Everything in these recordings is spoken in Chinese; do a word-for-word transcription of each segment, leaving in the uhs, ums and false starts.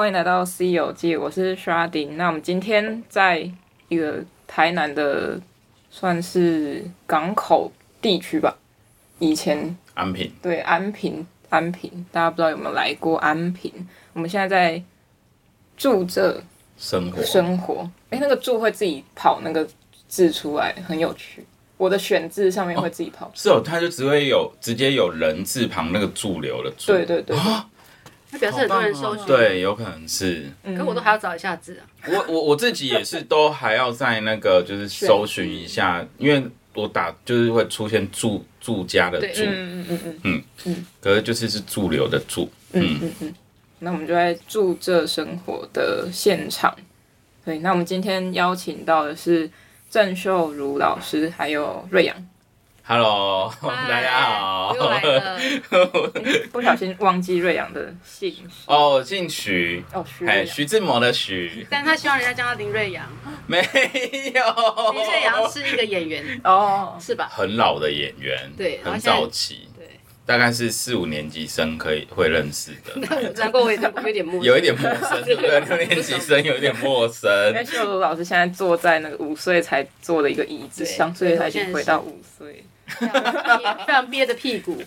欢迎来到《C 游记》，我是 Sharding。那我们今天在一个台南的算是港口地区吧，以前安平， 对安平安平，大家不知道有没有来过安平？我们现在在住这生活生活，哎，那个住会自己跑那个字出来，很有趣。我的选字上面会自己跑、哦， 是哦，它就只会有直接有人字旁那个驻留的驻， 对对对。啊那表示很多人搜寻、 哦，对，有可能是。 嗯、可我都还要找一下字啊。 我我我自己也是都还要在那个就是搜寻一下，因为我打就是会出现住住家的住， 嗯嗯嗯嗯嗯嗯，可是就是是驻留的驻， 嗯嗯嗯。那我们就在住这生活的现场，对，那我们今天邀请到的是郑秀如老师，还有瑞阳。 Hello， 大家好， 又来了。 不小心忘记瑞阳的姓哦，我姓徐， 哦，徐， 哎，徐志摩的徐， 但他希望人家叫他林瑞阳。 没有， 林瑞阳是一个演员哦， 是吧？ 很老的演员， 对， 很早期， 对， 大概是四五年级生可以会认识的。 难怪我有点有点陌生， 有一点陌生，对不对？六年级生有一点陌生。 因为秀如老师现在坐在那个五岁才坐的一个椅子上，所以他已经回到五岁。 非常憋的屁股，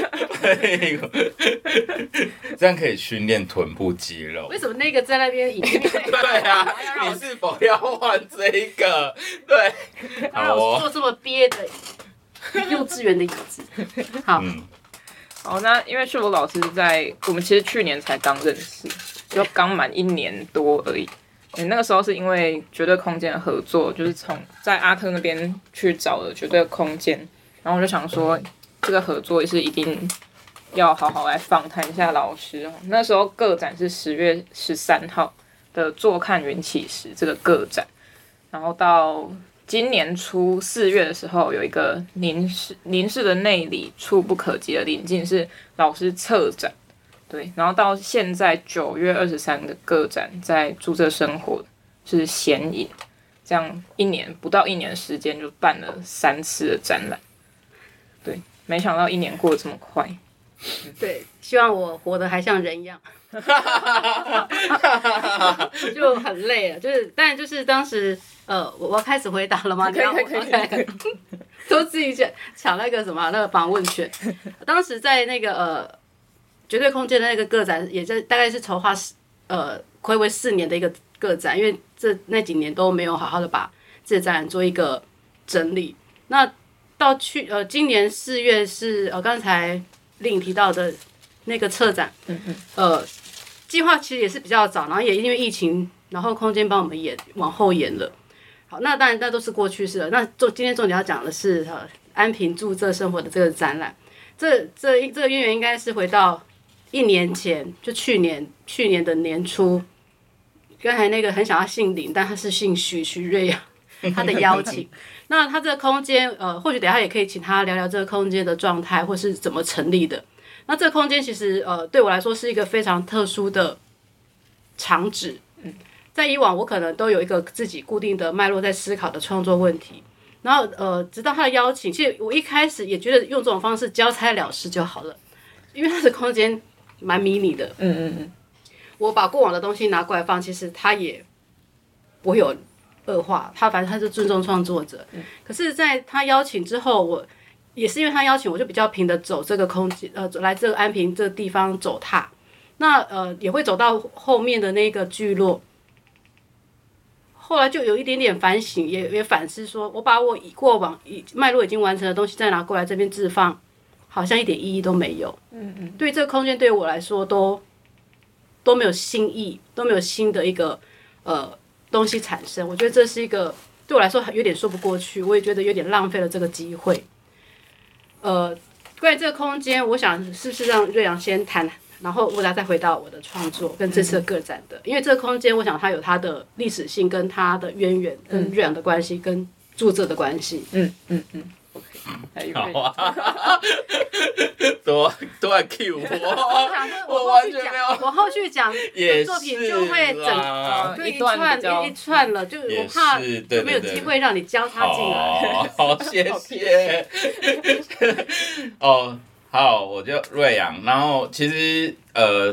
这样可以训练臀部肌肉。 为什么那个在那边影片？ 对啊，你是否要换这一个？对， 好哦，坐这么憋的幼稚园的椅子。好， 嗯，好，那因为秀如老师在我们其实去年才刚认识，就刚满一年多而已。欸、那个时候是因为绝对空间的合作，就是从在阿特那边去找了绝对空间。然后我就想说，这个合作也是一定要好好来访谈一下老师。那时候个展是十月十三号的坐看云起时这个个展，然后到今年初四月的时候，有一个凝视凝视的内里触不可及的临近是老师策展，对，然后到现在九月二十三的个展在住这生活是显影，这样一年不到一年的时间就办了三次的展览。对，没想到一年过得这么快。 对，希望我活得还像人一样，就很累了。就是，但就是当时，呃，我我开始回答了吗？ 可以可以可以可以， 都自己抢抢那个什么那个访问权。当时在那个呃绝对空间的那个个展，也在大概是筹划呃睽违四年的一个个展，因为这那几年都没有好好的把这个展览做一个整理。那到去呃，今年四月是呃，刚才令提到的那个策展， 嗯嗯， 呃，计划其实也是比较早，然后也因为疫情，然后空间帮我们延往后延了。好，那当然那都是过去式了。那重今天重点要讲的是呃，安平住这生活的这个展览，这这这个渊源应该是回到一年前，就去年去年的年初，刚才那个很想要姓林，但他是姓许徐瑞阳，他的邀请。那他这个空间，呃，或许等一下也可以请他聊聊这个空间的状态，或是怎么成立的。那这个空间其实，呃，对我来说是一个非常特殊的场址。嗯，在以往我可能都有一个自己固定的脉络在思考的创作问题，然后呃，直到他的邀请，其实我一开始也觉得用这种方式交差了事就好了，因为他的空间蛮迷你的。 嗯嗯嗯， 我把过往的东西拿过来放，其实他也不会有恶化，他反正他是尊重创作者。嗯、可是在他邀请之后，我也是因为他邀请，我就比较平的走这个空间，呃，来这个安平这个地方走踏。那呃也会走到后面的那个聚落，后来就有一点点反省，也也反思说，我把我以过往以脉络已经完成的东西再拿过来这边置放，好像一点意义都没有。嗯嗯，对这个空间对我来说都都没有新意，都没有新的一个呃。东西产生，我觉得这是一个对我来说有点说不过去，我也觉得有点浪费了这个机会。呃，关于这个空间，我想是不是让瑞阳先谈，然后我再回到我的创作跟这次的个展的，因为这个空间，我想它有它的历史性跟它的渊源，跟瑞阳的关系，跟住这的关系。 嗯嗯嗯。OK， 好啊，多多来 cue 我， 我完全没有。 我后续讲作品就会整呃就一串一串了，就我怕就没有机会让你交叉进来。 好，谢谢。哦，好，我就瑞阳。然后其实呃，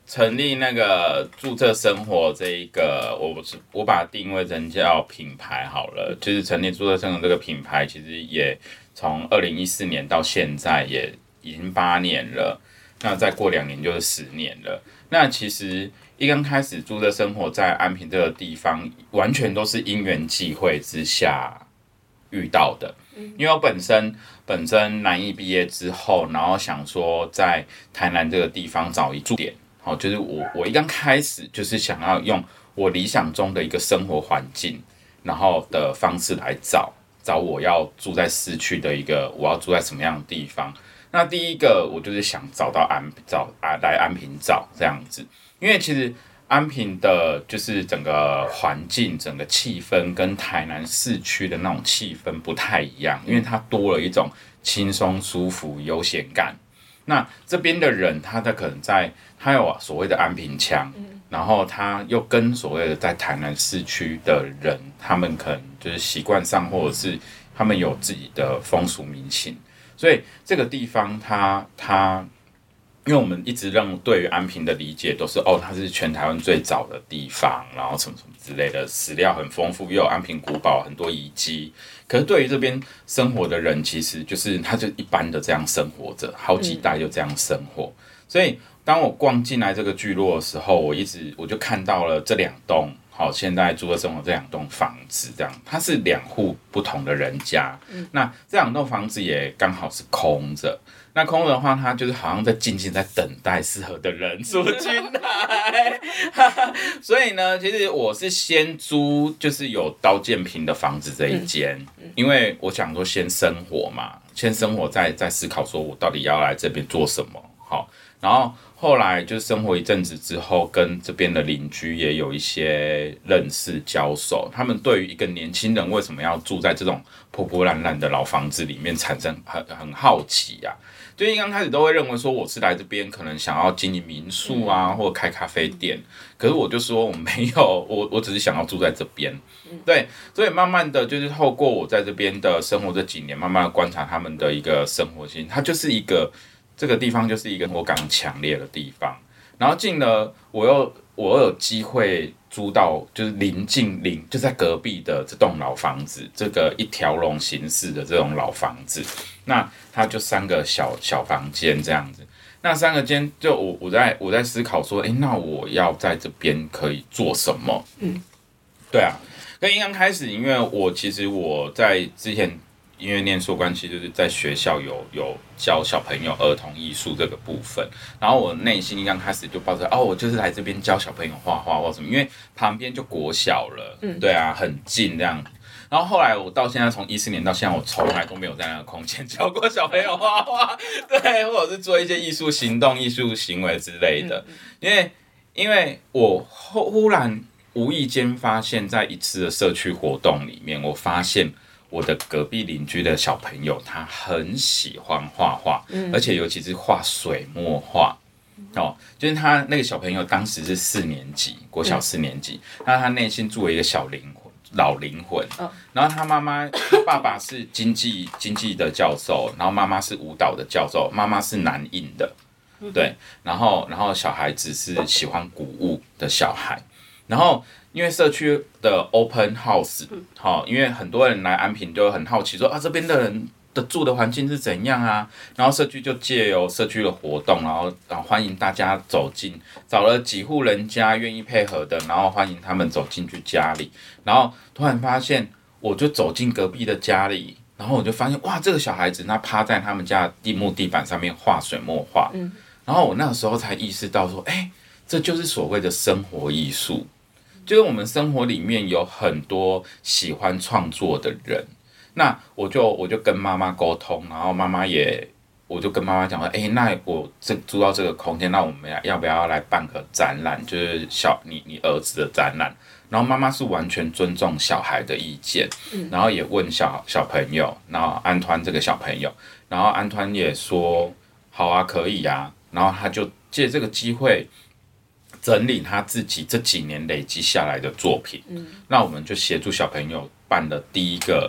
成立那个住这生活这一个，我是我把它定位成叫品牌好了，就是成立住这生活这个品牌，其实也从二零一四年到现在也已经八年了，那再过两年就是十年了。那其实一刚开始住这生活在安平这个地方，完全都是因缘际会之下遇到的。因为我本身本身南艺毕业之后，然后想说在台南这个地方找一驻点，好，就是我我一刚开始就是想要用我理想中的一个生活环境，然后的方式来找找我要住在市区的一个，我要住在什么样的地方。那第一个我就是想找到安找啊来安平找这样子，因为其实安平的就是整个环境、整个气氛跟台南市区的那种气氛不太一样，因为它多了一种轻松、舒服、悠闲感。那这边的人，他的可能在他有所谓的安平腔，然后他又跟所谓的在台南市区的人，他们可能就是习惯上，或者是他们有自己的风俗民情，所以这个地方它它。因为我们一直认对于安平的理解都是哦，它是全台湾最早的地方，然后什么什么之类的，史料很丰富，又有安平古堡很多遗迹。可是对于这边生活的人，其实就是他就一般的这样生活着，好几代就这样生活。嗯、所以当我逛进来这个聚落的时候，我一直我就看到了这两栋，好，现在住的生活这两栋房子，这样它是两户不同的人家。嗯、那这两栋房子也刚好是空着。那空的话，它就是好像在静静在等待适合的人住进来，所以呢，其实我是先租就是有刀剑坪的房子这一间，嗯、因为我想说先生活嘛，先生活再再思考说我到底要来这边做什么，好，然后后来就生活一阵子之后，跟这边的邻居也有一些认识交手，他们对于一个年轻人为什么要住在这种破破烂烂的老房子里面产生很很好奇啊。就一刚开始都会认为说我是来这边可能想要经营民宿啊，或者开咖啡店，可是我就说我没有，我我只是想要住在这边，对，所以慢慢的就是透过我在这边的生活这几年，慢慢的观察他们的一个生活性，它就是一个这个地方就是一个我感强烈的地方，然后进了我又我又有机会租到就是临近邻就在隔壁的这栋老房子，这个一条龙形式的这种老房子，那它就三个小小房间这样子。那三个间就我我在我在思考说，哎，那我要在这边可以做什么？嗯，对啊。跟刚刚开始，因为我其实我在之前因为念书关系，就是在学校有有教小朋友儿童艺术这个部分，然后我内心刚开始就抱着哦，我就是来这边教小朋友画画或什么，因为旁边就国小了，嗯，对啊，很近这样。然后后来我到现在从一四年到现在，我从来都没有在那个空间教过小朋友画画，对，或者是做一些艺术行动、艺术行为之类的。因为因为我忽然无意间发现，在一次的社区活动里面，我发现我的隔壁邻居的小朋友他很喜欢画画，嗯、而且尤其是画水墨画。哦，就是他那个小朋友当时是四年级，国小四年级，那、嗯、他内心住了一个小灵魂。老灵魂，哦、然后他妈妈，他爸爸是经济经济的教授，然后妈妈是舞蹈的教授，妈妈是南印的，对，然后然后小孩子是喜欢古物的小孩，然后因为社区的 open house， 好、哦，因为很多人来安平就很好奇说啊，这边的人的住的环境是怎样啊？然后社区就借由社区的活动，然后然后欢迎大家走进，找了几户人家愿意配合的，然后欢迎他们走进去家里，然后突然发现，我就走进隔壁的家里，然后我就发现哇，这个小孩子他趴在他们家地木地板上面画水墨画，嗯、然后我那个时候才意识到说，哎，这就是所谓的生活艺术，就是我们生活里面有很多喜欢创作的人。那我就我就跟妈妈沟通，然后妈妈也，我就跟妈妈讲说，哎，那我这租到这个空间，那我们要不要来办个展览，就是小你你儿子的展览？然后妈妈是完全尊重小孩的意见，然后也问小小朋友，然后安团这个小朋友，然后安团也说好啊，可以啊，然后他就借这个机会整理他自己这几年累积下来的作品，嗯、那我们就协助小朋友办了第一个。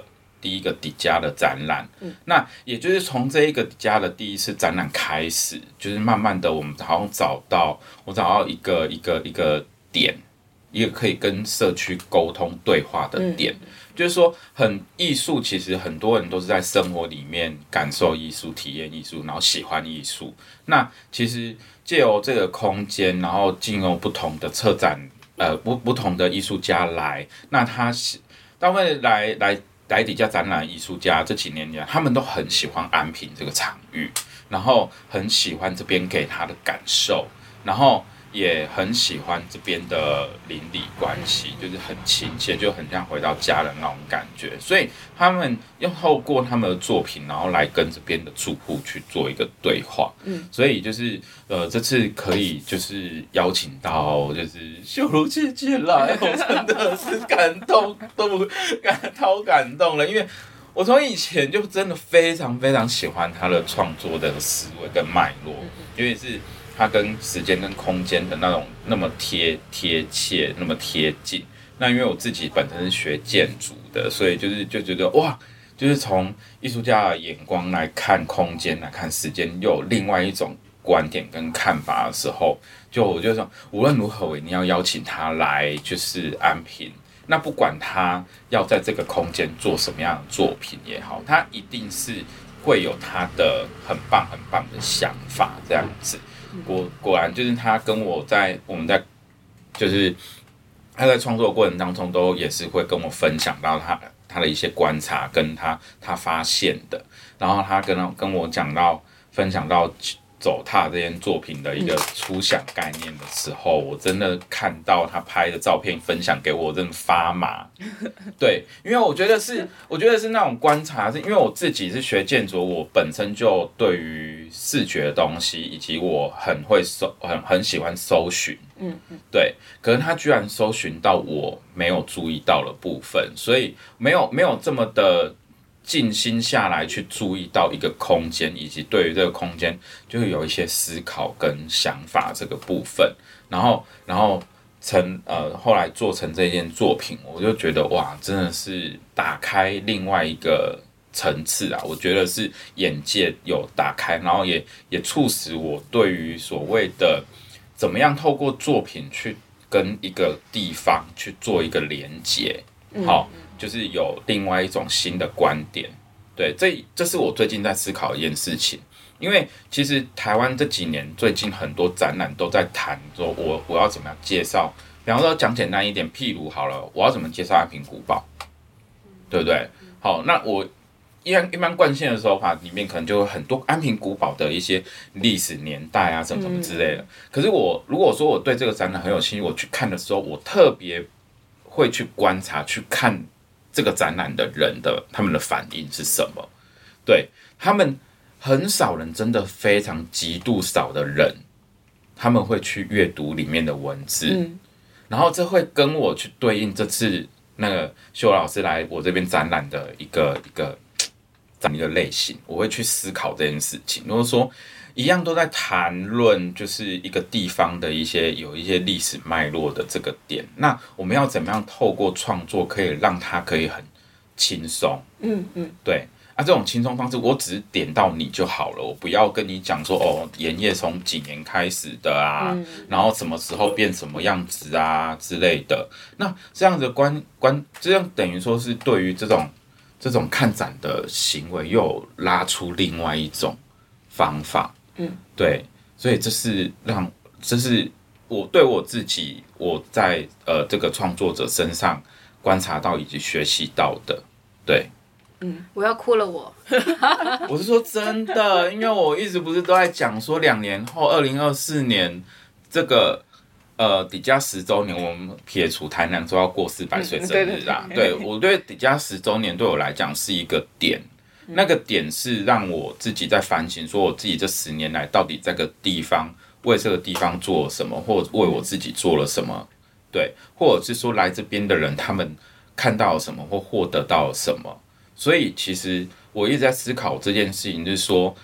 第一个底加的展览。嗯、那也就是从这一个底加的第一次展览开始，就是慢慢的我们好像找到我找到一个一个一个点，一个可以跟社区沟通对话的点。嗯、就是说，很艺术，其实很多人都是在生活里面感受艺术、体验艺术，然后喜欢艺术。那其实借由这个空间，然后进入不同的策展。呃，不不同的艺术家来，那他大部分来来来底下展览艺术家这几年来，他们都很喜欢安平这个场域，然后很喜欢这边给他的感受，然后也很喜欢这边的邻里关系，就是很亲切，就很像回到家的那种感觉。所以他们要透过他们的作品，然后来跟这边的住户去做一个对话。嗯，所以就是呃，这次可以就是邀请到就是秀如姐姐来，我真的是感动，都感超感动了，因为我从以前就真的非常非常喜欢她的创作的思维跟脉络，因为是。它跟时间跟空间的那种那么贴贴切，那么贴近。那因为我自己本身是学建筑的，所以就是就觉得哇，就是从艺术家的眼光来看空间，来看时间，又有另外一种观点跟看法的时候，就我就说无论如何，我一定要邀请他来，就是安平。那不管他要在这个空间做什么样的作品也好，他一定是会有他的很棒很棒的想法，这样子。果果然就是他跟我在我们在就是他在创作的过程当中都也是会跟我分享到他他的一些观察跟他他发现的，然后他跟跟我讲到分享到走踏这件作品的一个初想概念的时候，我真的看到他拍的照片分享给我，真的发麻。对，因为我觉得是，我觉得是那种观察，是因为我自己是学建筑，我本身就对于视觉的东西，以及我很会搜，很很喜欢搜寻。嗯嗯，对。可是他居然搜寻到我没有注意到的部分，所以没有没有这么的。静心下来去注意到一个空间，以及对于这个空间就会有一些思考跟想法这个部分，然后然后成呃后来做成这件作品，我就觉得哇，真的是打开另外一个层次啊！我觉得是眼界有打开，然后也也促使我对于所谓的怎么样透过作品去跟一个地方去做一个连结，好。嗯就是有另外一种新的观点，对，这这是我最近在思考的一件事情。因为其实台湾这几年最近很多展览都在谈说我我要怎么样介绍，比方说讲简单一点，譬如好了，我要怎么介绍安平古堡，对不对？好，那我一般一般惯性的手法里面可能就有很多安平古堡的一些历史年代啊，什么什么之类的。可是我如果说我对这个展览很有兴趣，我去看的时候，我特别会去观察，去看。这个展览的人的他们的反应是什么？对，他们很少人，真的非常极度少的人，他们会去阅读里面的文字，嗯、然后这会跟我去对应这次那个修老师来我这边展览的一个一个一个类型，我会去思考这件事情。如果说一样都在谈论，就是一个地方的一些有一些历史脉络的这个点，那我们要怎么样透过创作，可以让它可以很轻松？嗯嗯，对啊，这种轻松方式，我只是点到你就好了，我不要跟你讲说哦，盐业从几年开始的啊，嗯、然后什么时候变什么样子啊之类的。那这样的观观，这样等于说是对于这种这种看展的行为，又拉出另外一种方法。嗯，对，所以这是让，这是我对我自己，我在呃这个创作者身上观察到以及学习到的，对， 嗯，我要哭了我， 我是说真的，因为我一直不是都在讲说两年后，二零二四年这个呃底加十周年，我们撇除台南说要过四百岁生日啦，嗯、对, 对, 对, 对我对底加十周年对我来讲是一个点。那个点是让我自己在反省，说我自己这十年来到底这个地方为这个地方做了什么，或者为我自己做了什么，对，或者是说来这边的人他们看到了什么或获得到了什么。所以其实我一直在思考这件事情，就是说，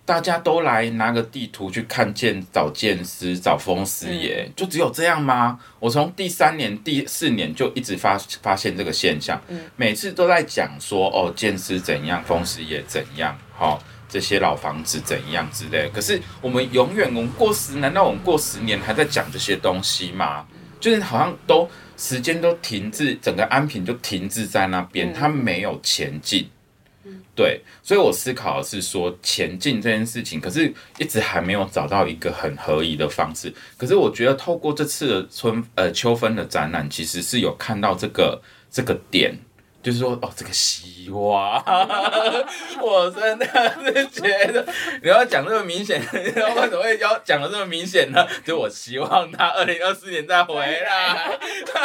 大家都来拿个地图去看见找剑师找风师爷，嗯、就只有这样吗？我从第三年第四年就一直发发现这个现象，嗯、每次都在讲说哦剑师怎样风师爷怎样，好、哦、这些老房子怎样之类的。可是我们永远我们过十难道我们过十年还在讲这些东西吗？就是好像都时间都停滞，整个安平就停滞在那边，它没有前进。对，所以我思考的是说前进这件事情，可是一直还没有找到一个很合宜的方式。可是我觉得透过这次的春呃秋分的展览，其实是有看到这个这个点。就是说，哦，这个希望，我真的是觉得，你要讲这么明显，你知道为什么会要讲的这么明显呢？就我希望他二零二四年再回来。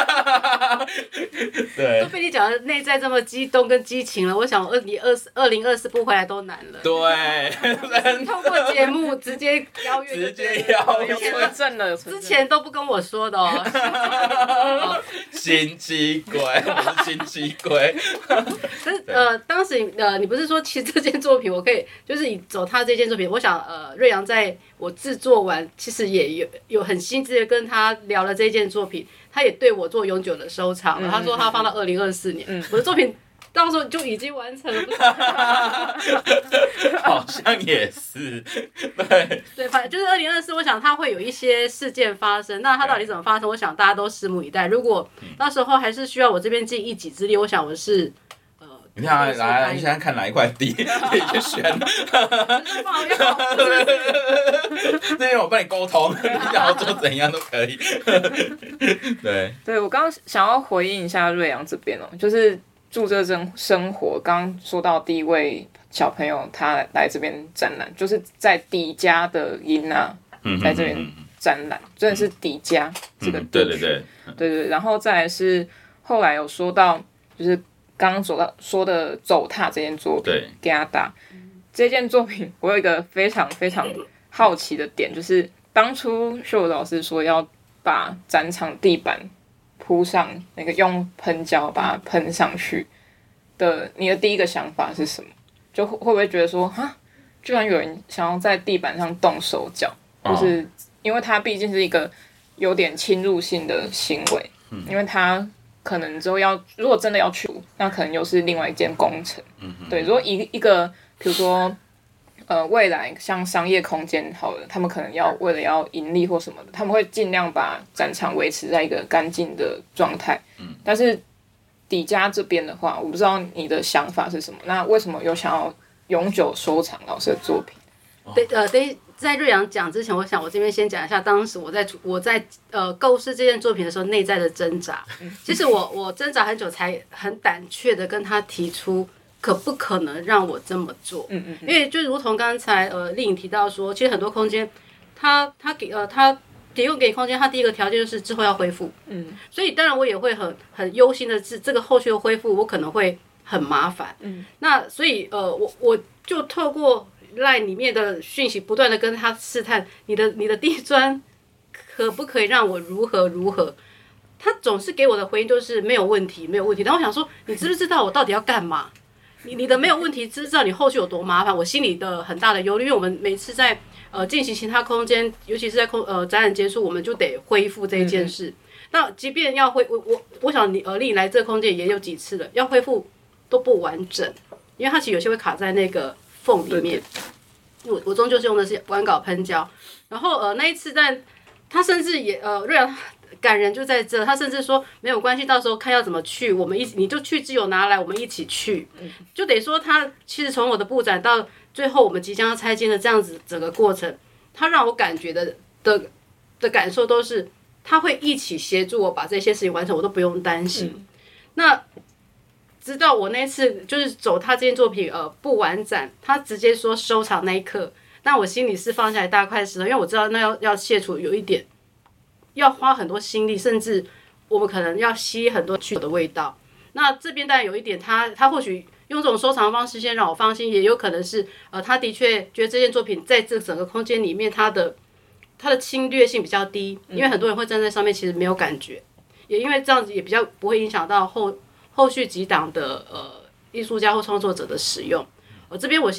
对， 都被你讲的内在这么激动跟激情了，我想二你二二零二四不回来都难了。 对， 透过节目直接邀约， 直接邀约， 有证了， 之前都不跟我说的哦。 心机鬼，我是心机鬼。 可是呃，当时呃，你不是说其实这件作品我可以，就是你走他这件作品，我想呃，瑞阳在我制作完，其实也有有很心智的跟他聊了这件作品，他也对我做永久的收藏了。嗯、他说他放到二零二四年，嗯、我的作品到时候就已经完成了。 好像也是，对对，反正就是二零二四，我想它会有一些事件发生，那它到底怎么发生？我想大家都拭目以待。如果到时候还是需要我这边尽一己之力，我想我是呃， 你看来来，你现在看哪一块地可以去选？ 不好用， 这边我帮你沟通，你想要做怎样都可以。对， 对我刚刚想要回应一下瑞阳这边哦，就是住这生生活，刚刚说到第一位小朋友他来这边展览，就是在底家的英娜在这边展览，真的是底家这个地区、嗯、对对对对对，然后再来是后来有说到，就是刚刚走到说的走踏这件作品，给他打这件作品，我有一个非常非常好奇的点，就是当初秀老师说要把展场地板铺上那个用喷胶把它喷上去的，你的第一个想法是什么？就会不会觉得说，哈，居然有人想要在地板上动手脚，就是因为它毕竟是一个有点侵入性的行为，嗯、因为它可能之后要，如果真的要去，那可能又是另外一件工程。嗯、对，如果一一个，比如说，呃，未来像商业空间好了，他们可能要为了要盈利或什么的，他们会尽量把展场维持在一个干净的状态。嗯，但是底家这边的话，我不知道你的想法是什么。那为什么有想要永久收藏老师的作品？ 对，呃，对，在瑞阳讲之前，我想我这边先讲一下，当时我在我在呃构思这件作品的时候内在的挣扎。其实我我挣扎很久，才很胆怯的跟他提出，可不可能让我这么做？嗯嗯，因为就如同刚才呃丽颖提到说，其实很多空间，他他给呃他。提供给空间，它第一个条件就是之后要恢复，嗯，所以当然我也会很很忧心的是，这个后续的恢复我可能会很麻烦，嗯，那所以呃，我我就透过 LINE 里面的讯息，不断的跟他试探，你的你的地砖可不可以让我如何如何？他总是给我的回应就是没有问题，没有问题。然后我想说，你知不知道我到底要干嘛？你你的没有问题，知不知道你后续有多麻烦？我心里的很大的忧虑，因为我们每次在呃进行其他空间，尤其是在空呃展览结束，我们就得恢复这一件事。嗯、那即便要恢，我我我想你呃丽来这个空间也有几次了，要恢复都不完整，因为它其实有些会卡在那个缝里面。我我终究是用的是完稿喷胶，然后呃那一次，但他甚至也呃瑞阳感人就在这，他甚至说没有关系，到时候看要怎么去，我们一起你就去自由拿来，我们一起去，就得说他其实从我的布展到最后我们即将要拆迁的这样子整个过程，他让我感觉的的的感受都是他会一起协助我把这些事情完成，我都不用担心。嗯、那直到我那次就是走他这件作品呃不完展，他直接说收藏那一刻，但我心里是放下来大块石头，因为我知道那要要卸除有一点。要花很多心力，甚至我们可能要吸很多去的味道。那这边当然有一点他，他他或许用这种收藏方式先让我放心，也有可能是呃，他的确觉得这件作品在这整个空间里面，它的它的侵略性比较低，因为很多人会站在上面，其实没有感觉，也因为这样子也比较不会影响到后后续几档的呃艺术家或创作者的使用。呃，这边我先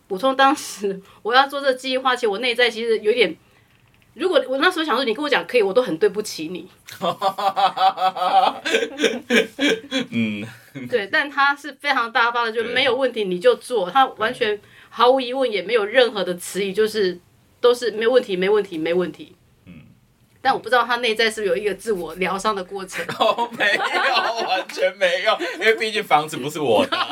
补充当时我要做这个计划，其实我内在其实有点，如果我那时候想说你跟我讲可以，我都很对不起你。 嗯， 对，但他是非常大方的，就没有问题你就做，他完全毫无疑问，也没有任何的迟疑，就是都是没问题，没问题，没问题。但我不知道他内在是不是有一个自我疗伤的过程。 哦，没有，完全没有，因为毕竟房子不是我的。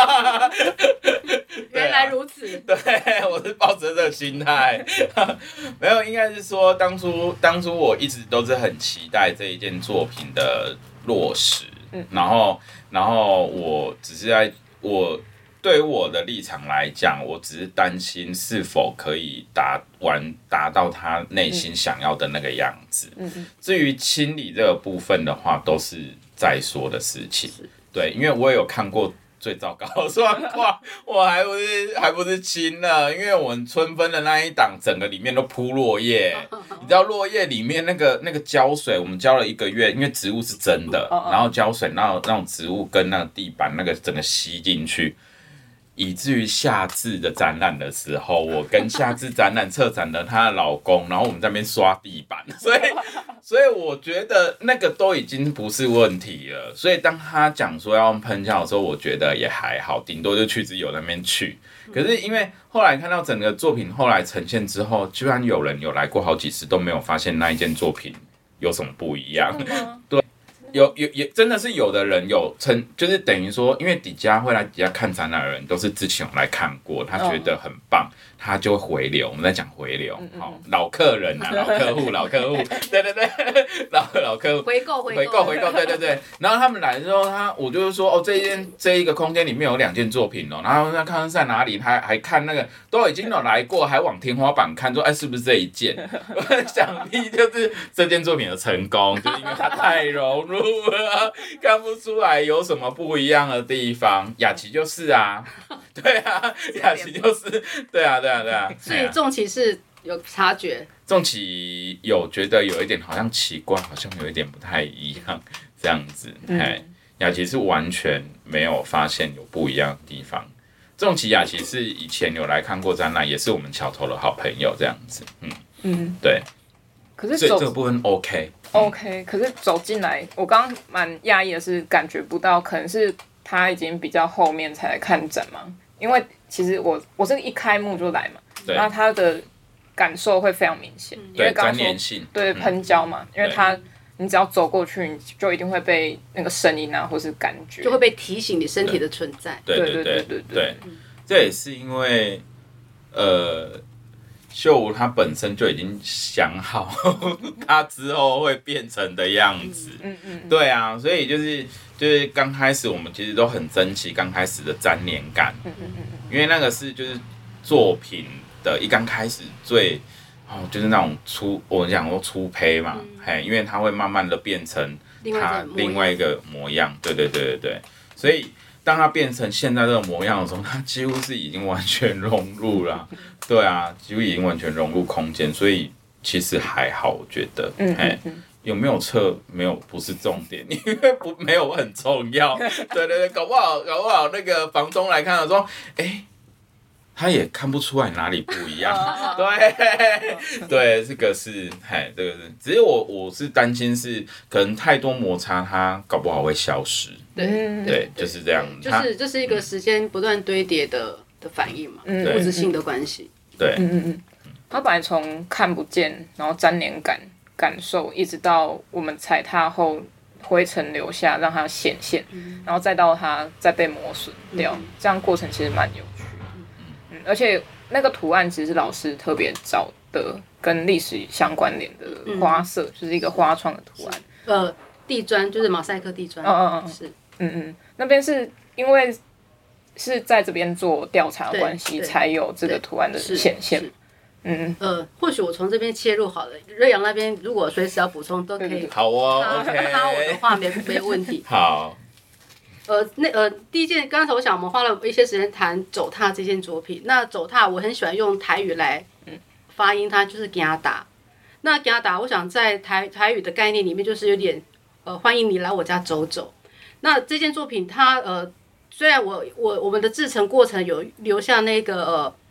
原来如此。 对，我是抱着这个心态。没有，应该是说当初当初我一直都是很期待这一件作品的落实，嗯、然后然后我只是在我。对于我的立场来讲，我只是担心是否可以达完达到他内心想要的那个样子。嗯嗯、至于清理这个部分的话，都是再说的事情。对，因为我也有看过最糟糕的状况，我还不是还不是清了，因为我们春分的那一档，整个里面都铺落叶。你知道落叶里面那个那个浇水，我们浇了一个月，因为植物是真的，然后浇水，然后让植物跟那个地板那个整个吸进去。以至于夏至的展览的时候，我跟夏至展览策展的她的老公，然后我们在那边刷地板，所以所以我觉得那个都已经不是问题了。所以当他讲说要用喷枪的时候，我觉得也还好，顶多就去之友那边去。可是因为后来看到整个作品后来呈现之后，居然有人有来过好几次都没有发现那一件作品有什么不一样。对。有有也真的是有的人有成，就是等于说，因为底下会来底下看展览的人都是之前有来看过，他觉得很棒，他就回流。我们在讲回流，好、嗯嗯、老客人啊，老客户，老客户，对对对，老老客户回购回购回购回购，对对对。然后他们来之后，他我就是说，哦，这一件这一个空间里面有两件作品哦，然后他看在哪里，他还看那个都已经有来过，还往天花板看说，哎，是不是这一件？我想必就是这件作品的成功，就因为它太融入。看不出来有什么不一样的地方，雅琪就是啊，对啊，雅琪就是，对啊，对啊，对啊。 所以仲琪是有察觉， 仲琪有觉得有一点好像奇怪，好像有一点不太一样这样子。哎、嗯，雅琪是完全没有发现有不一样的地方。仲琪、雅琪是以前有来看过展览，也是我们桥头的好朋友这样子。嗯嗯，对。 可是所以这个部分 OK。 OK， 可是走进来，我刚刚蛮讶异的是，感觉不到，可能是他已经比较后面才来看展嘛。因为其实我我是一开幕就来嘛，那他的感受会非常明显，因为刚刚说对喷胶嘛，因为他你只要走过去，你就一定会被那个声音啊，或是感觉， 就会被提醒你身体的存在。 对对对对 对, 对，这也是因为呃。秀吾他本身就已经想好他之后会变成的样子，嗯嗯嗯、对啊，所以就是就是刚开始我们其实都很珍惜刚开始的粘连感，嗯嗯嗯、因为那个是就是作品的一刚开始最哦就是那种粗我们讲说粗胚嘛，嗯、嘿，因为它会慢慢的变成它另外一个模样，对对对对对，所以。当它变成现在这个模样的时候，它几乎是已经完全融入了，对啊，几乎已经完全融入空间，所以其实还好，我觉得，嗯嗯嗯、有没有撤没有不是重点，因为不没有很重要，对对对，搞不好搞不好那个房东来看的说，哎、欸，他也看不出来哪里不一样，对对，这个是，嘿，这个是，只是我我是担心是可能太多摩擦，它搞不好会消失。对 对, 对，就是这样。 就是这是一个时间不断堆叠的、嗯、的反应嘛，物质性的关系。 对， 嗯嗯嗯。他本来从看不见，然后沾黏感感受，一直到我们踩踏后灰尘留下，让它显现，嗯、然后再到它再被磨损掉，嗯、这样过程其实蛮有趣的。嗯，而且那个图案其实是老师特别找的，跟历史相关联的花色，嗯、就是一个花窗的图案。 呃，地砖就是马赛克地砖。 嗯嗯嗯，是。嗯嗯，那边是因为是在这边做调查的关系，才有这个图案的显现。嗯呃， 或许我从这边切入好了，瑞阳那边如果随时要补充都可以。 好哦 ，OK。拉我的话没没有问题。 好。 呃，那呃，第一件，刚才我想我们花了一些时间谈走踏这件作品。那走踏我很喜欢用台语来发音，它就是行踏。那行踏，我想在台台语的概念里面，就是有点呃，欢迎你来我家走走。那这件作品它呃，虽然我我我们的制成过程有留下那个呃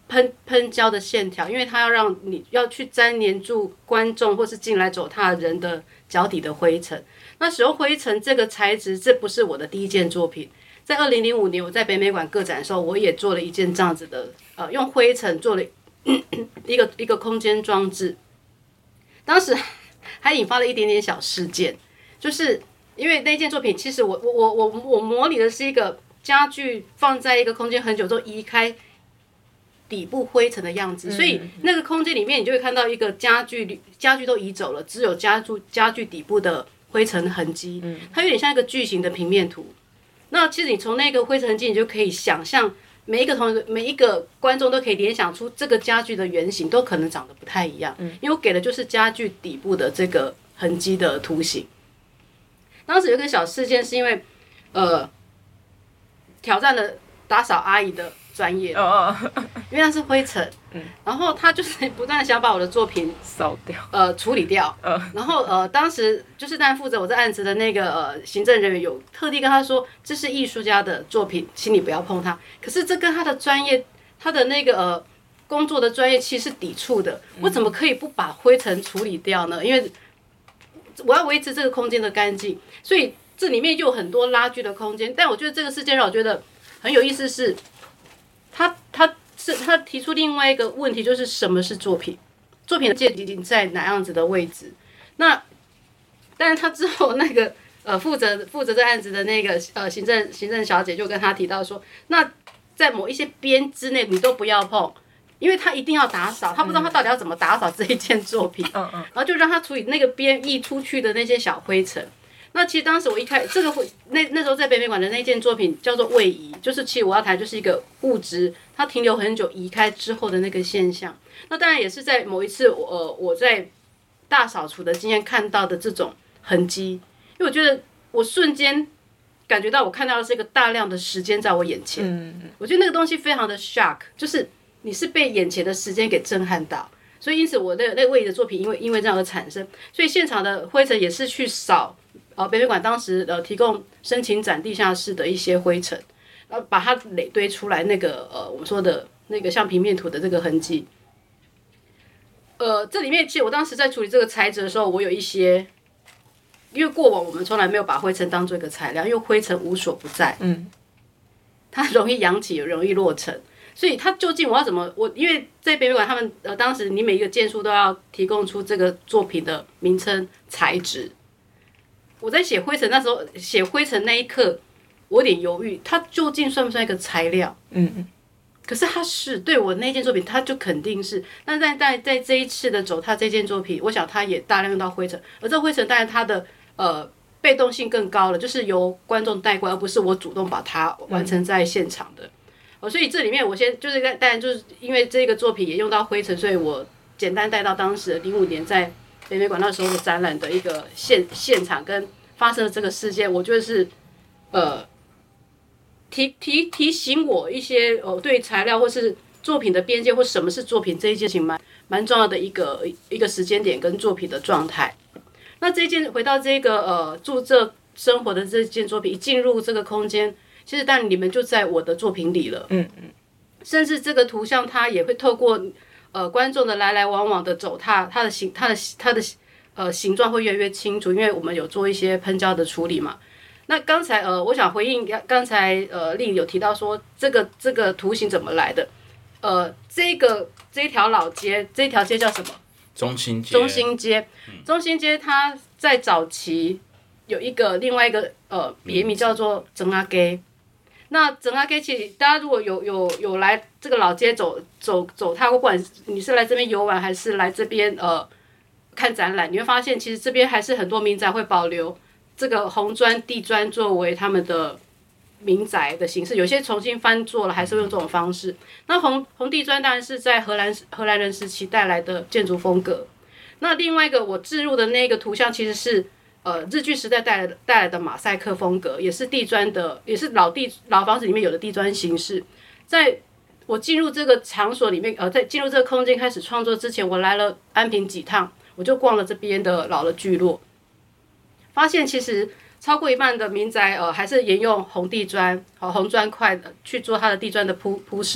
喷喷胶的线条，因为它要让你要去粘黏住观众或是进来走踏人的脚底的灰尘。那使用灰尘这个材质，这不是我的第一件作品。在二零零五年我在北美馆个展的时候，我也做了一件这样子的，呃，用灰尘做了一个一个空间装置。当时还引发了一点点小事件，就是因为那件作品，其实我我我我我模拟的是一个家具放在一个空间很久之后移开底部灰尘的样子，所以那个空间里面你就会看到一个家具家具都移走了，只有家具家具底部的灰尘痕迹，它有点像一个巨型的平面图。那其实你从那个灰尘痕迹，你就可以想象每一个同每一个观众都可以联想出这个家具的原型都可能长得不太一样，因为我给的就是家具底部的这个痕迹的图形。当时有一个小事件是因为呃挑战了打扫阿姨的专业，因为那是灰尘，然后他就是不断的想把我的作品扫掉， 呃，处理掉，然后呃，当时就是当负责我这案子的那个呃行政人员有特地跟他说，这是艺术家的作品，请你不要碰它。可是这跟他的专业，他的那个呃工作的专业其实是抵触的，我怎么可以不把灰尘处理掉呢？因为我要维持这个空间的干净，所以这里面又有很多拉锯的空间。但我觉得这个事件让我觉得很有意思是，他他。是他提出另外一个问题，就是什么是作品？作品的界定在哪样子的位置？那但是他之后那个呃负责负责这案子的那个呃行政行政小姐就跟他提到说，那在某一些边之内你都不要碰，因为他一定要打扫，他不知道他到底要怎么打扫这一件作品，嗯嗯，然后就让他处理那个边溢出去的那些小灰尘。那其实当时我一开这个会那那时候在北美馆的那件作品叫做位移，就是其实我要谈就是一个物质它停留很久移开之后的那个现象。那当然也是在某一次我呃我在大扫除的经验看到的这种痕迹，因为我觉得我瞬间感觉到我看到的是一个大量的时间在我眼前，嗯嗯，我觉得那个东西非常的 shock， 就是你是被眼前的时间给震撼到。所以因此我那个那个位移的作品因为因为这样而产生，所以现场的灰尘也是去扫。呃，北美馆当时呃提供申请展地下室的一些灰尘，然后把它累堆出来那个呃我们说的那个像平面图的这个痕迹。呃，这里面其实我当时在处理这个材质的时候，我有一些，因为过往我们从来没有把灰尘当做一个材料，因为灰尘无所不在，嗯，它容易扬起，容易落尘，所以它究竟我要怎么我因为在北美馆他们呃当时你每一个件数都要提供出这个作品的名称、材质。我在写灰尘那时候，写灰尘那一刻，我有点犹豫，它究竟算不算一个材料？嗯嗯。可是它是对我那件作品，它就肯定是。但在在在这一次的走踏这件作品，我想它也大量用到灰尘，而这灰尘当然它的呃被动性更高了，就是由观众带过来，而不是我主动把它完成在现场的。哦，所以这里面我先就是当然就是因为这个作品也用到灰尘，所以我简单带到当时的零五年在。北美馆那时候的展览的一个现现场跟发生的这个事件，我觉得是呃提提提醒我一些呃对材料或是作品的边界或什么是作品这一件事情蛮蛮重要的一个一个时间点跟作品的状态。那这件回到这个呃住这生活的这件作品一进入这个空间，其实但你们就在我的作品里了，嗯嗯，甚至这个图像它也会透过。呃，观众的来来往往的走踏，它的形、它的、它的呃形状会越来越清楚，因为我们有做一些喷胶的处理嘛。那刚才呃，我想回应刚才呃丽有提到说这个这个图形怎么来的？呃，这个这一条老街，这一条街叫什么？ 中心街。 中心街，中心街，它在早期有一个另外一个呃别名叫做整阿街。那整阿街其实大家如果有有有来这个老街走走走踏，不管你是来这边游玩还是来这边呃看展览，你会发现其实这边还是很多民宅会保留这个红砖地砖作为他们的民宅的形式，有些重新翻做了，还是用这种方式。那红红地砖当然是在荷兰荷兰人时期带来的建筑风格。那另外一个我置入的那个图像其实是。呃，日据时代带来的带来的马赛克风格，也是地砖的，也是老地老房子里面有的地砖形式。在我进入这个场所里面，呃，在进入这个空间开始创作之前，我来了安平几趟，我就逛了这边的老的聚落，发现其实超过一半的民宅，呃，还是沿用红地砖、好红砖块的去做它的地砖的铺铺设。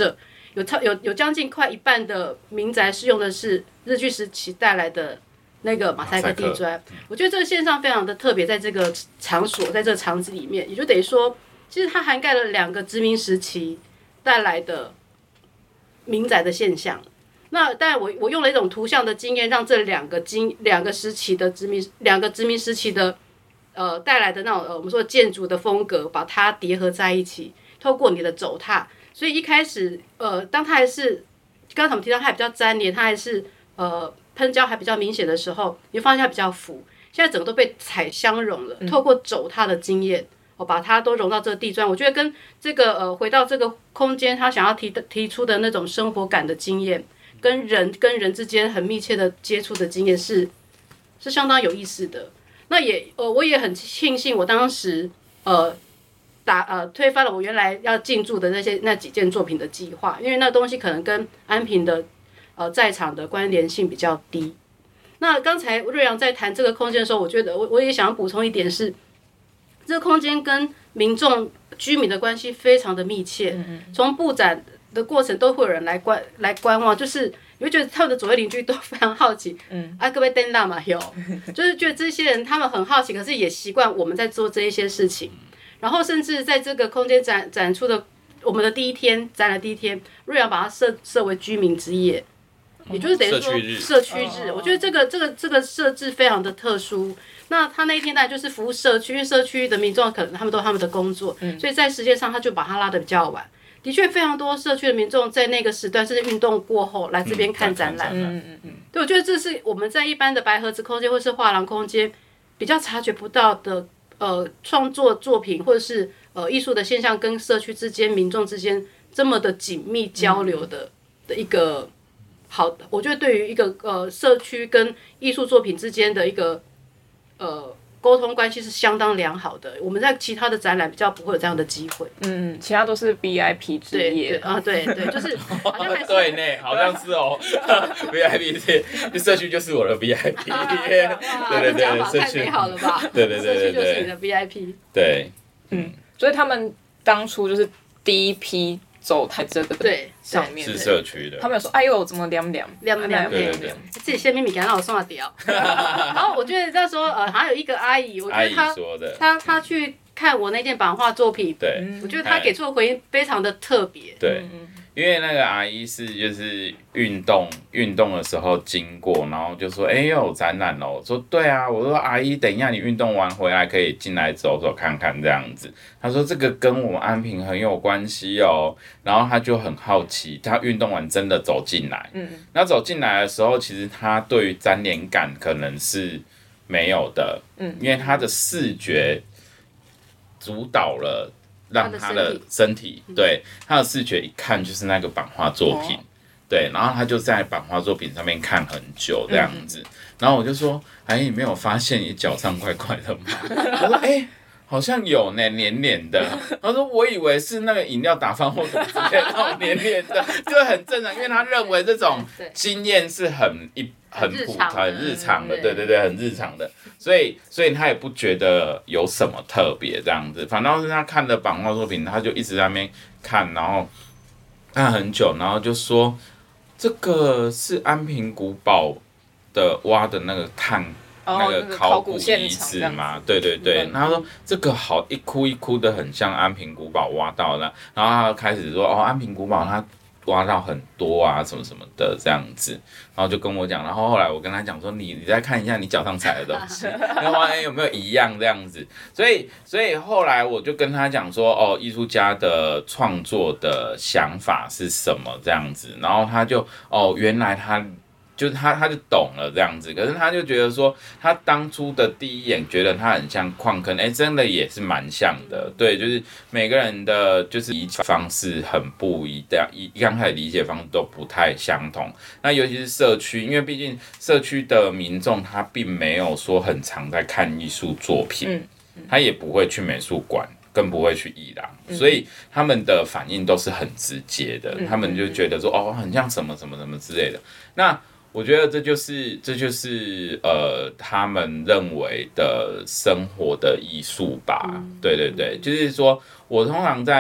有超有有将近快一半的民宅是用的是日据时期带来的那个马赛克地砖。我觉得这个现象非常的特别，在这个场所，在这个场子里面，也就等于说，其实它涵盖了两个殖民时期带来的民宅的现象。那当然我，我用了一种图像的经验，让这两个经两个时期的殖民，两个殖民时期的呃带来的那种呃我们说建筑的风格，把它叠合在一起，透过你的走踏。所以一开始，呃，当它还是刚才我们提到它还比较粘连，它还是呃喷胶还比较明显的时候，你会发现它比较浮。现在整个都被彩相融了，透过走踏的经验。我把它都融到这个地砖，我觉得跟这个呃回到这个空间，他想要提的提出的那种生活感的经验，跟人跟人之间很密切的接触的经验是是相当有意思的。那也呃我也很庆幸我当时呃打呃推翻了我原来要进驻的那些那几件作品的计划，因为那东西可能跟安平的呃在场的关联性比较低。那刚才瑞阳在谈这个空间的时候，我觉得我我也想要补充一点是。这个空间跟民众居民的关系非常的密切，从布展的过程都会有人来观来观望，就是你会觉得他们的左右邻居都非常好奇，嗯，啊，各位灯大嘛有，就是觉得这些人他们很好奇，可是也习惯我们在做这一些事情，然后甚至在这个空间展展出的我们的第一天展览第一天，瑞阳把它设设为居民之夜。也就是等于说社区日，我觉得这个这个这个设置非常的特殊。那他那一天当然就是服务社区，因为社区的民众可能他们都有他们的工作，所以在时间上他就把它拉得比较晚。的确，非常多社区的民众在那个时段，甚至运动过后来这边看展览。嗯嗯嗯。对，我觉得这是我们在一般的白盒子空间或是画廊空间比较察觉不到的，呃，创作作品或者是呃艺术的现象跟社区之间、民众之间这么的紧密交流的、嗯、的一个。好，我觉得对于一个呃社区跟艺术作品之间的一个呃沟通关系是相当良好的。我们在其他的展览比较不会有这样的机会。 嗯，其他都是 V I P 之夜啊，对对，就是好像还是对呢，好像是哦，V I P 这社区就是我的 V I P， 对对对， 社区太美好了吧？ 对对对对对， 社区就是你的 V I P。 对， 嗯，所以他们当初就是第一批。走在这个上面是社区的， 他们有说：“哎呦，怎么凉凉凉凉对对对， 自己先秘密给他让我送到掉。”然后我觉得那时候呃，好像有一个阿姨，我觉得她她她去看我那件版画作品， 对， 我觉得她给出的回应非常的特别。 对，因为那个阿姨是就是运动运动的时候经过，然后就说：“哎、欸，又有展览哦。”我说：“对啊。”我说：“阿姨，等一下你运动完回来可以进来走走看看这样子。”她说：“这个跟我们安平很有关系哦。”然后她就很好奇，她运动完真的走进来，嗯，那走进来的时候，其实她对于沾连感可能是没有的，嗯，因为她的视觉主导了。让他的身体对他的视觉一看就是那个版画作品，对，然后他就在版画作品上面看很久这样子，然后我就说：“哎，你没有发现你脚上怪怪的吗？”他说：“哎，好像有呢，黏黏的。”他说：“我以为是那个饮料打翻或什么之类的那种黏黏的，就很正常，因为他认为这种经验是很一。”很普很日常的，对对对，很日常的，所以所以他也不觉得有什么特别这样子，反倒是他看的版画作品，他就一直在那边看，然后看很久，然后就说这个是安平古堡的挖的那个探、哦、那个考古遗址嘛，对对对，然后他说这个好一窟一窟的，很像安平古堡挖到的，然后他开始说哦，安平古堡它。挖到很多啊，什么什么的这样子，然后就跟我讲，然后后来我跟他讲说，你你再看一下你脚上踩的东西，然后有没有一样这样子，所以所以后来我就跟他讲说，哦，艺术家的创作的想法是什么这样子，然后他就哦，原来他。就是他，他就懂了这样子，可是他就觉得说，他当初的第一眼觉得他很像矿坑，哎、欸，真的也是蛮像的，对，就是每个人的就是理解方式很不一样，一刚开始理解方式都不太相同。那尤其是社区，因为毕竟社区的民众他并没有说很常在看艺术作品，他也不会去美术馆。更不会去艺廊，所以他们的反应都是很直接的，他们就觉得说哦，很像什么什么什么之类的。那我觉得这就是这就是呃他们认为的生活的艺术吧，对对对，就是说我通常在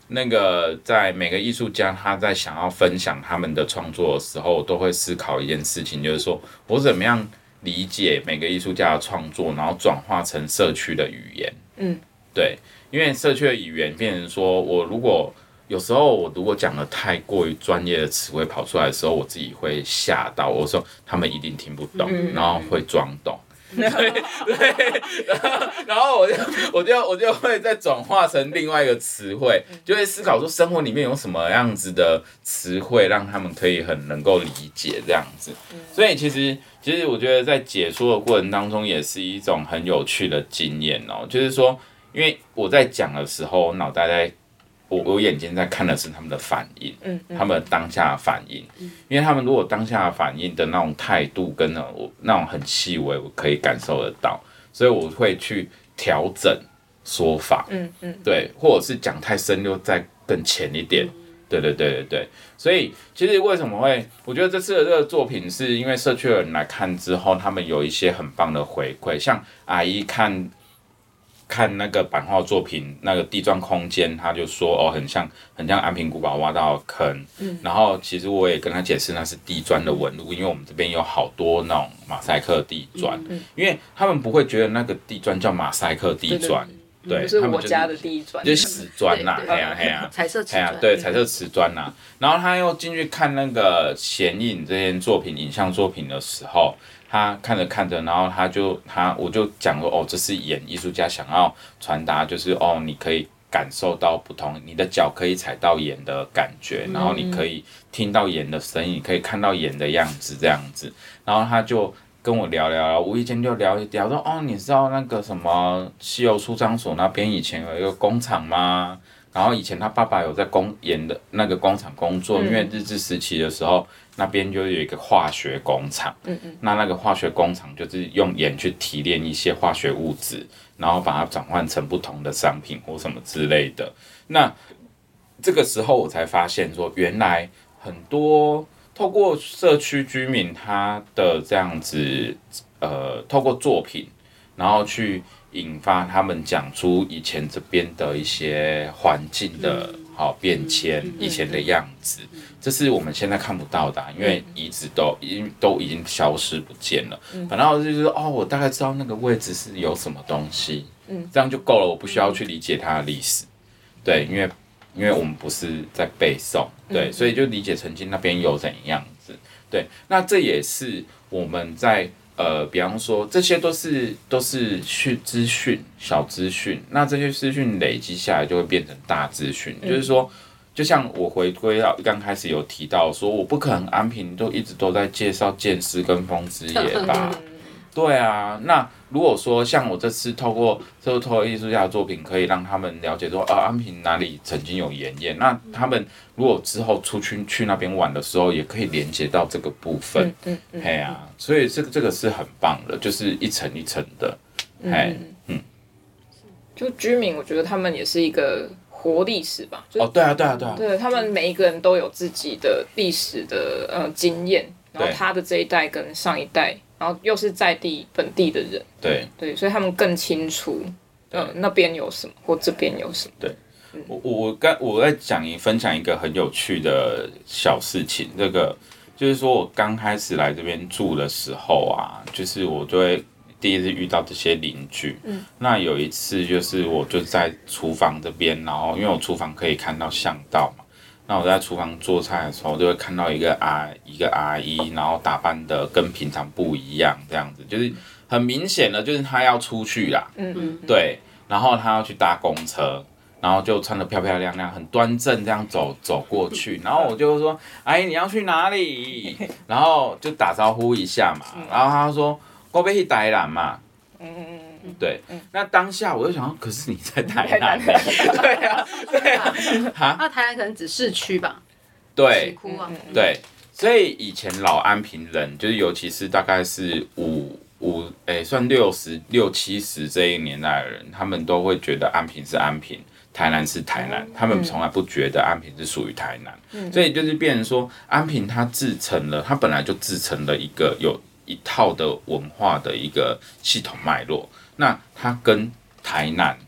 那个在每个艺术家他在想要分享他们的创作的时候，都会思考一件事情，就是说我怎么样理解每个艺术家的创作，然后转化成社区的语言。 嗯， 对，因为社区的语言变成说，我如果有时候我如果讲的太过于专业的词汇跑出来的时候，我自己会吓到，我说他们一定听不懂， 嗯、 然后会装懂。对对，然后然后我就我就我就会再转化成另外一个词汇，就会思考说生活里面有什么样子的词汇，让他们可以很能够理解这样子。所以其实其实我觉得在解说的过程当中，也是一种很有趣的经验哦。就是说，因为我在讲的时候，我脑袋在。我我眼睛在看的是他们的反应， 嗯嗯、 他们当下的反应，因为他们如果当下的反应的那种态度跟那种那种很细微，我可以感受得到，所以我会去调整说法， 嗯嗯， 对，或者是讲太深又再更浅一点，对对对对对，所以其实为什么会，我觉得这次的这个作品是因为社区的人来看之后，他们有一些很棒的回馈，像阿姨看。看那个版画作品，那个地砖空间，他就说哦，很像很像安平古堡挖到的坑。嗯，然后其实我也跟他解释那是地砖的纹路，因为我们这边有好多那种马赛克地砖，嗯、因为他们不会觉得那个地砖叫马赛克地砖，对， 对，就是我家的地砖， 就是瓷砖呐，嘿呀嘿呀， 彩色瓷砖， 对，彩色瓷砖呐。然后他又进去看那个显影这件作品，影像作品的时候。他看着看着，然后他就他我就讲说，哦，这是演艺术家想要传达，就是哦，你可以感受到不同，你的脚可以踩到盐的感觉，然后你可以听到盐的声音，可以看到盐的样子这样子。然后他就跟我聊聊，无意间就聊一聊说，哦，你知道那个什么西游出张所那边以前有一个工厂吗？然后以前他爸爸有在工盐的那个工厂工作，因为日治时期的时候。那边就有一个化学工厂，嗯嗯，那那个化学工厂就是用盐去提炼一些化学物质，然后把它转换成不同的商品或什么之类的。那这个时候我才发现说，原来很多透过社区居民他的这样子，呃，透过作品，然后去引发他们讲出以前这边的一些环境的。好变迁，以前的样子，这是我们现在看不到的、啊，因为遗址都已经都已经消失不见了。反正就是说，哦，我大概知道那个位置是有什么东西，这样就够了，我不需要去理解它的历史。对，因为因为我们不是在背诵，对，所以就理解曾经那边有怎样子。对，那这也是我们在。呃，比方说，这些都是都是讯资讯、小资讯，那这些资讯累积下来就会变成大资讯。嗯、就是说，就像我回归到刚开始有提到说，我不可能安平都一直都在介绍剑师跟风之野吧？对啊，那如果说像我这次透过透过艺术家的作品，可以让他们了解说，啊，安平哪里曾经有盐业，那他们如果之后出去去那边玩的时候，也可以连接到这个部分。嗯嗯嗯，嘿啊，所以这个这个是很棒的，就是一层一层的，嘿，嗯， 就居民，我觉得他们也是一个活历史吧。 哦，对啊，对啊，对啊， 对他们每一个人都有自己的历史的呃经验，然后他的这一代跟上一代。然后又是在地本地的人， 对对，所以他们更清楚，呃，那边有什么或这边有什么。 对，嗯、我我刚我在讲一分享一个很有趣的小事情，这个就是说我刚开始来这边住的时候啊，就是我就会第一次遇到这些邻居。嗯，那有一次就是我就在厨房这边，然后因为我厨房可以看到巷道嘛。那我在厨房做菜的时候，就会看到一个阿一个阿姨，然后打扮的跟平常不一样，这样子就是很明显的，就是她要出去啦，嗯嗯，对，然后她要去搭公车，然后就穿得漂漂亮亮，很端正这样走走过去，然后我就说，阿姨你要去哪里？然后就打招呼一下嘛，然后她说我要去台南嘛，嗯嗯嗯。对，那当下我就想，可是你在台南，对啊，对啊，哈， 那台南可能指市区吧， 对， 啊、 对，所以以前老安平人，就是尤其是大概是五五，哎，算六十六七十这一年代的人，他们都会觉得安平是安平，台南是台南，他们从来不觉得安平是属于台南，嗯、所以就是变成说，安平它自成了，它本来就自成了一个有一套的文化的一个系统脉络。那它跟台南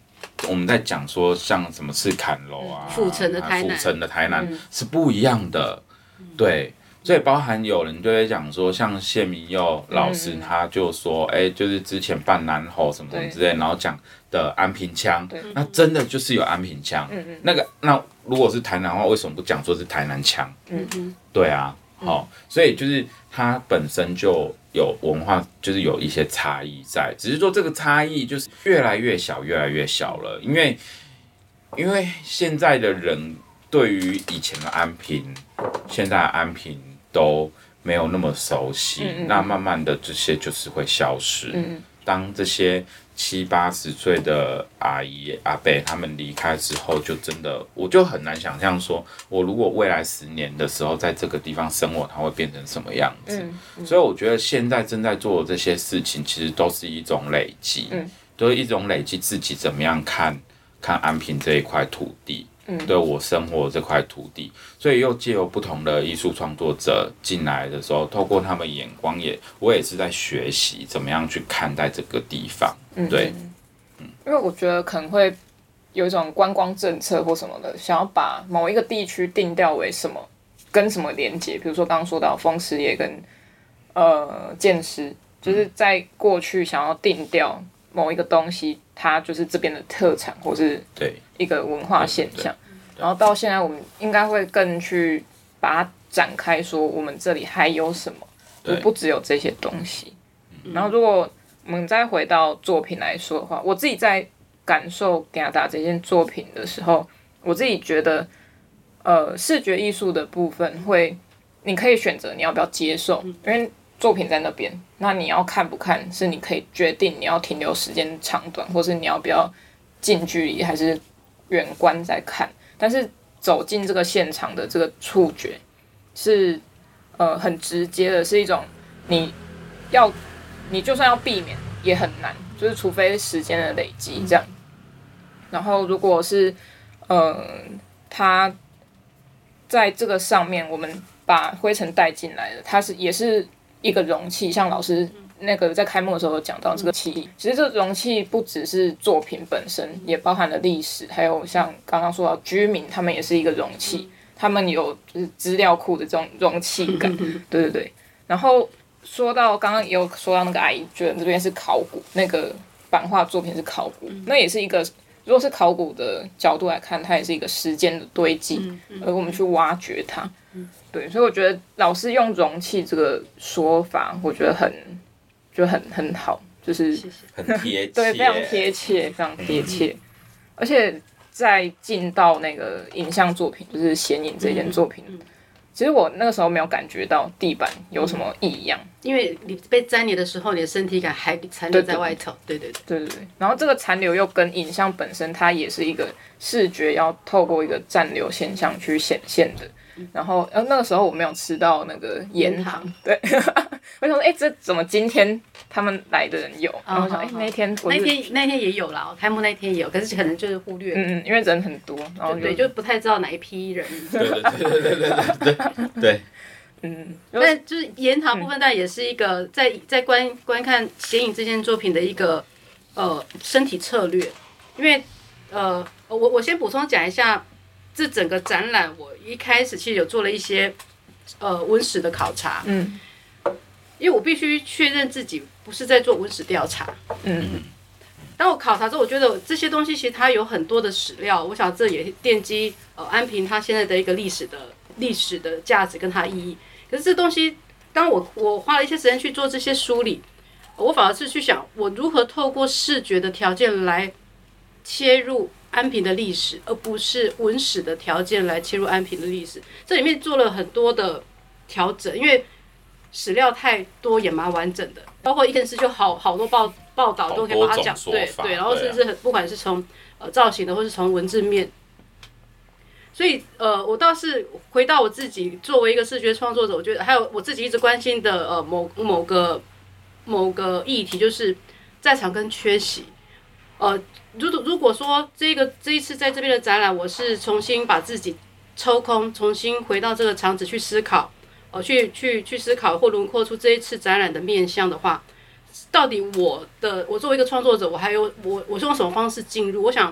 我们在讲说像什么是坎楼啊， 府城的台南， 府城的台南、 嗯、 是不一样的，对。所以包含有人就会讲说，像谢明佑老师他就说，哎、嗯欸，就是之前办南吼什么什么之类，然后讲的安平腔，那真的就是有安平腔。嗯嗯。那个那如果是台南话，为什么不讲说是台南腔？嗯嗯。对啊，好、哦，所以就是它本身就有文化，就是有一些差异在，只是说这个差异就是越来越小，越来越小了，因为因为现在的人对于以前的安平，现在的安平。都没有那么熟悉，嗯嗯那慢慢的这些就是会消失。嗯、当这些七八十岁的阿姨阿伯他们离开之后，就真的我就很难想象说，我如果未来十年的时候在这个地方生活，它会变成什么样子。嗯嗯、所以我觉得现在正在做的这些事情，其实都是一种累积，嗯、都是一种累积自己怎么样看看安平这一块土地。嗯、对我生活这块土地，所以又借由不同的艺术创作者进来的时候，透过他们眼光也，我也是在学习怎么样去看待这个地方。嗯、对、 嗯，因为我觉得可能会有一种观光政策或什么的，想要把某一个地区定调为什么，跟什么连接，比如说刚刚说到风师爷跟呃剑师，就是在过去想要定调某一个东西，它就是这边的特产，或是一个文化现象。然后到现在，我们应该会更去把它展开，说我们这里还有什么，就不只有这些东西。然后，如果我们再回到作品来说的话，我自己在感受加拿大这件作品的时候，我自己觉得，呃，视觉艺术的部分会，你可以选择你要不要接受，因为作品在那边，那你要看不看是你可以决定你要停留时间长短，或是你要不要近距离还是远观在看。但是走进这个现场的这个触觉是呃很直接的，是一种你要你就算要避免也很难，就是除非时间的累积这样。然后如果是呃它在这个上面，我们把灰尘带进来了，它是也是一个容器，像老师那个在开幕的时候有讲到这个器，其实这个容器不只是作品本身，也包含了历史，还有像刚刚说到居民，他们也是一个容器，他们有就是资料库的这种容器感，对对对。然后说到刚刚也有说到那个阿姨觉得这边是考古，那个版画作品是考古，那也是一个如果是考古的角度来看，它也是一个时间的堆积，而我们去挖掘它。对，所以我觉得老师用容器这个说法，我觉得很就很很好，就是很贴切， 对，非常贴切，非常贴切。嗯、而且在进到那个影像作品，就是显影这件作品，嗯嗯、其实我那个时候没有感觉到地板有什么异样， 因为你被粘连的时候，你的身体感还残留在外头。对对对对对对。然后这个残留又跟影像本身，它也是一个视觉要透过一个暂留现象去显现的。然后，呃，那个时候我没有吃到那个盐糖，对，我想说，哎、欸，这怎么今天他们来的人有？然后我想，哎、欸，那天那天那天也有啦，开幕那天也有，可是可能就是忽略， 嗯嗯，因为人很多，然后就对，就不太知道哪一批人， 对对对对对对对对， 嗯，但就是盐糖部分，当然也是一个在在观观看显影这件作品的一个呃身体策略，因为呃，我我先补充讲一下。这整个展览，我一开始其实有做了一些呃文史的考察，嗯，因为我必须确认自己不是在做文史调查，嗯，当我考察之后，我觉得这些东西其实它有很多的史料，我想这也奠基呃安平它现在的一个历史的历史的价值跟它的意义。可是这东西，当我我花了一些时间去做这些梳理，我反而是去想我如何透过视觉的条件来切入安平的历史，而不是文史的条件来切入安平的历史。这里面做了很多的调整，因为史料太多也蛮完整的，包括一件事就好好多报报道都可以把它讲，对对，然后甚至很不管是从呃造型的，或是从文字面。所以呃，我倒是回到我自己作为一个视觉创作者，我觉得还有我自己一直关心的呃某某个某个议题，就是在场跟缺席。呃，如如果说这个这一次在这边的展览，我是重新把自己抽空，重新回到这个场址去思考，呃，去去去思考或轮廓出这一次展览的面向的话，到底我的我作为一个创作者，我还有我我是用什么方式进入？我想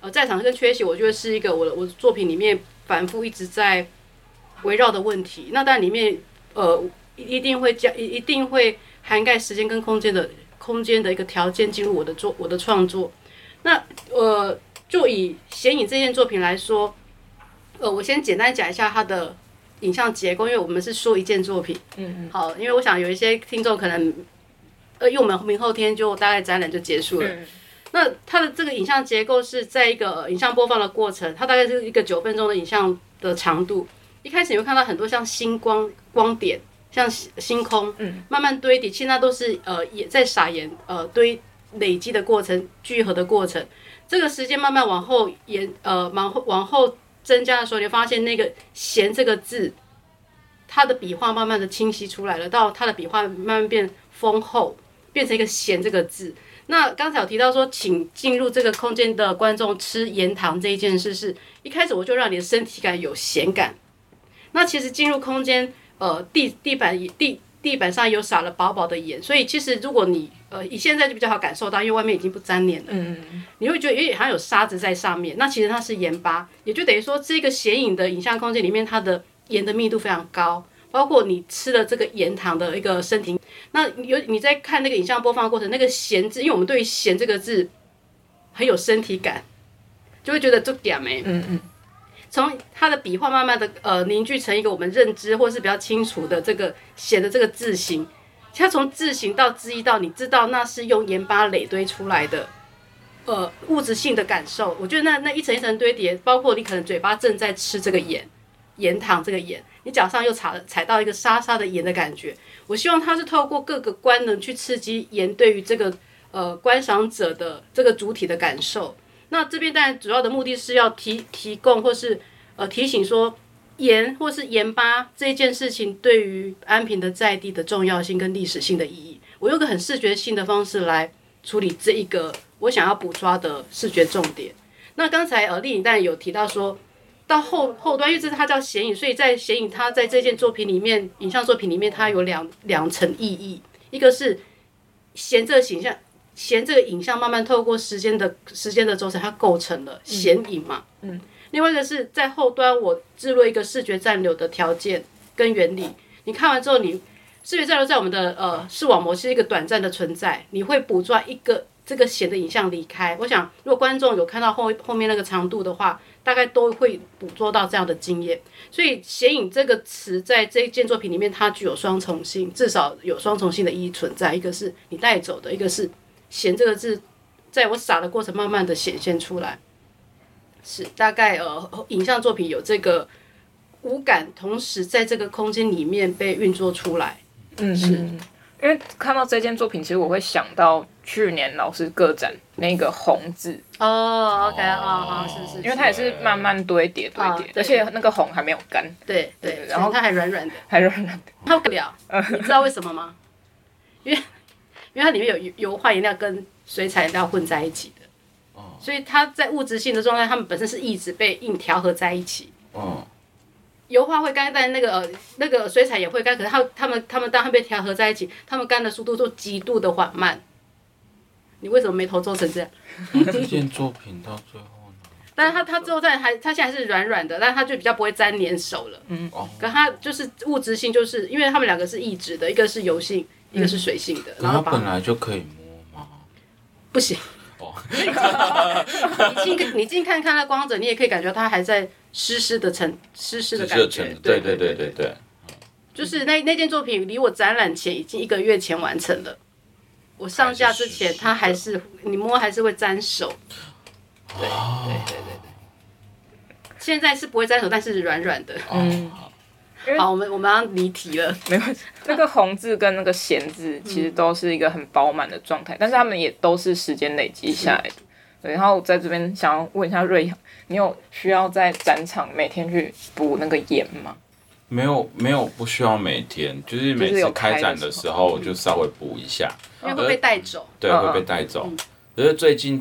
呃在场跟缺席，我觉得是一个我的我的作品里面反复一直在围绕的问题。那但里面呃一定会加一定会涵盖时间跟空间的空间的一个条件进入我的作我的创作。那呃就以显影这件作品来说，呃我先简单讲一下它的影像结构，因为我们是说一件作品， 嗯嗯， 好，因为我想有一些听众可能，呃，因为我们明后天就大概展览就结束了。 嗯那它的这个影像结构是在一个影像播放的过程，它大概是一个九分钟的影像的长度。一开始你会看到很多像星光光点，像星空，嗯，慢慢堆叠，其实那都是呃也在撒盐，呃堆累积的过程，聚合的过程。这个时间慢慢往后延，呃，往后往后增加的时候，你会发现那个“咸”这个字，它的笔画慢慢的清晰出来了，到它的笔画慢慢变丰厚，变成一个“咸”这个字。那刚才有提到说，请进入这个空间的观众吃盐糖这一件事是，一开始我就让你的身体感有咸感。那其实进入空间，呃，地地板地地板上有撒了薄薄的盐，所以其实如果你呃以现在就比较好感受到，因为外面已经不沾黏了，嗯嗯，你会觉得有点好像有沙子在上面，那其实它是盐巴，也就等于说这个显影的影像空间里面，它的盐的密度非常高。包括你吃了这个盐糖的一个身体，那有你在看那个影像播放的过程，那个咸字，因为我们对于咸这个字很有身体感，就会觉得这点没，嗯嗯，从它的笔画慢慢的呃凝聚成一个我们认知或是比较清楚的这个咸的这个字形，它从字形到字义到你知道那是用盐巴累堆出来的，呃物质性的感受，我觉得那那一层一层堆叠，包括你可能嘴巴正在吃这个盐盐糖这个盐。你脚上又踩踩到一个沙沙的盐的感觉，我希望它是透过各个官能去刺激盐对于这个呃观赏者的这个主体的感受。那这边当然主要的目的是要提提供或是呃提醒说盐或是盐巴这件事情对于安平的在地的重要性跟历史性的意义。我用个很视觉性的方式来处理这一个我想要捕抓的视觉重点。那刚才呃丽颖当然有提到说。到后后端，因为这是它叫显影，所以在显影，它在这件作品里面，影像作品里面，它有两两层意义。一个是显这个形象，显这个影像慢慢透过时间的时间的轴承，它构成了显影嘛。嗯。另外一个是在后端，我置入一个视觉暂留的条件跟原理。你看完之后，你视觉暂留在我们的呃视网膜是一个短暂的存在，你会捕捉一个这个显的影像离开。我想，如果观众有看到后后面那个长度的话。大概都会捕捉到这样的经验，所以显影这个词在这一件作品里面，它具有双重性，至少有双重性的意义存在。一个是你带走的，一个是显这个字，在我撒的过程慢慢的显现出来。是大概呃，影像作品有这个五感，同时在这个空间里面被运作出来。 嗯，是。因为看到这件作品，其实我会想到去年老师个展那个红字哦 ，OK 啊啊，是是， 因为它也是慢慢堆叠堆叠，而且那个红还没有干， 对对，然后它还软软的， 还软软的， 它不了，你知道为什么吗？因为因为它里面有油画颜料跟水彩颜料混在一起的，所以它在物质性的状态，它们本身是一直被硬调和在一起。哦。油画会干，但那个呃那个水彩也会干，可是它它们它们当它被调和在一起，它们干的速度都极度的缓慢。你为什么眉头皱成这样？ 这件作品到最后呢？ 但是它它最后在还它现在是软软的，但是它就比较不会粘黏手了。嗯哦。可它就是物质性，就是因为它们两个是异质的，一个是油性，一个是水性的。 然后它本来就可以摸吗？ 不行。哦。你近你近看看那光泽，你也可以感觉它还在。湿湿的层，湿湿的感觉， 对对对对对， 就是那那件作品离我展览前已经一个月前完成了，我上架之前它还是你摸还是会沾手，对对对对对，现在是不会沾手，但是软软的，嗯，好，我们我们要离题了， 没关系，那个红字跟那个咸字其实都是一个很饱满的状态，但是他们也都是时间累积下来的。对，然后在这边想要问一下瑞阳，你有需要在展场每天去补那个盐吗？ 没有，没有，不需要每天，就是每次开展的时候就稍微补一下， 因为会被带走。 对，会被带走。可是最近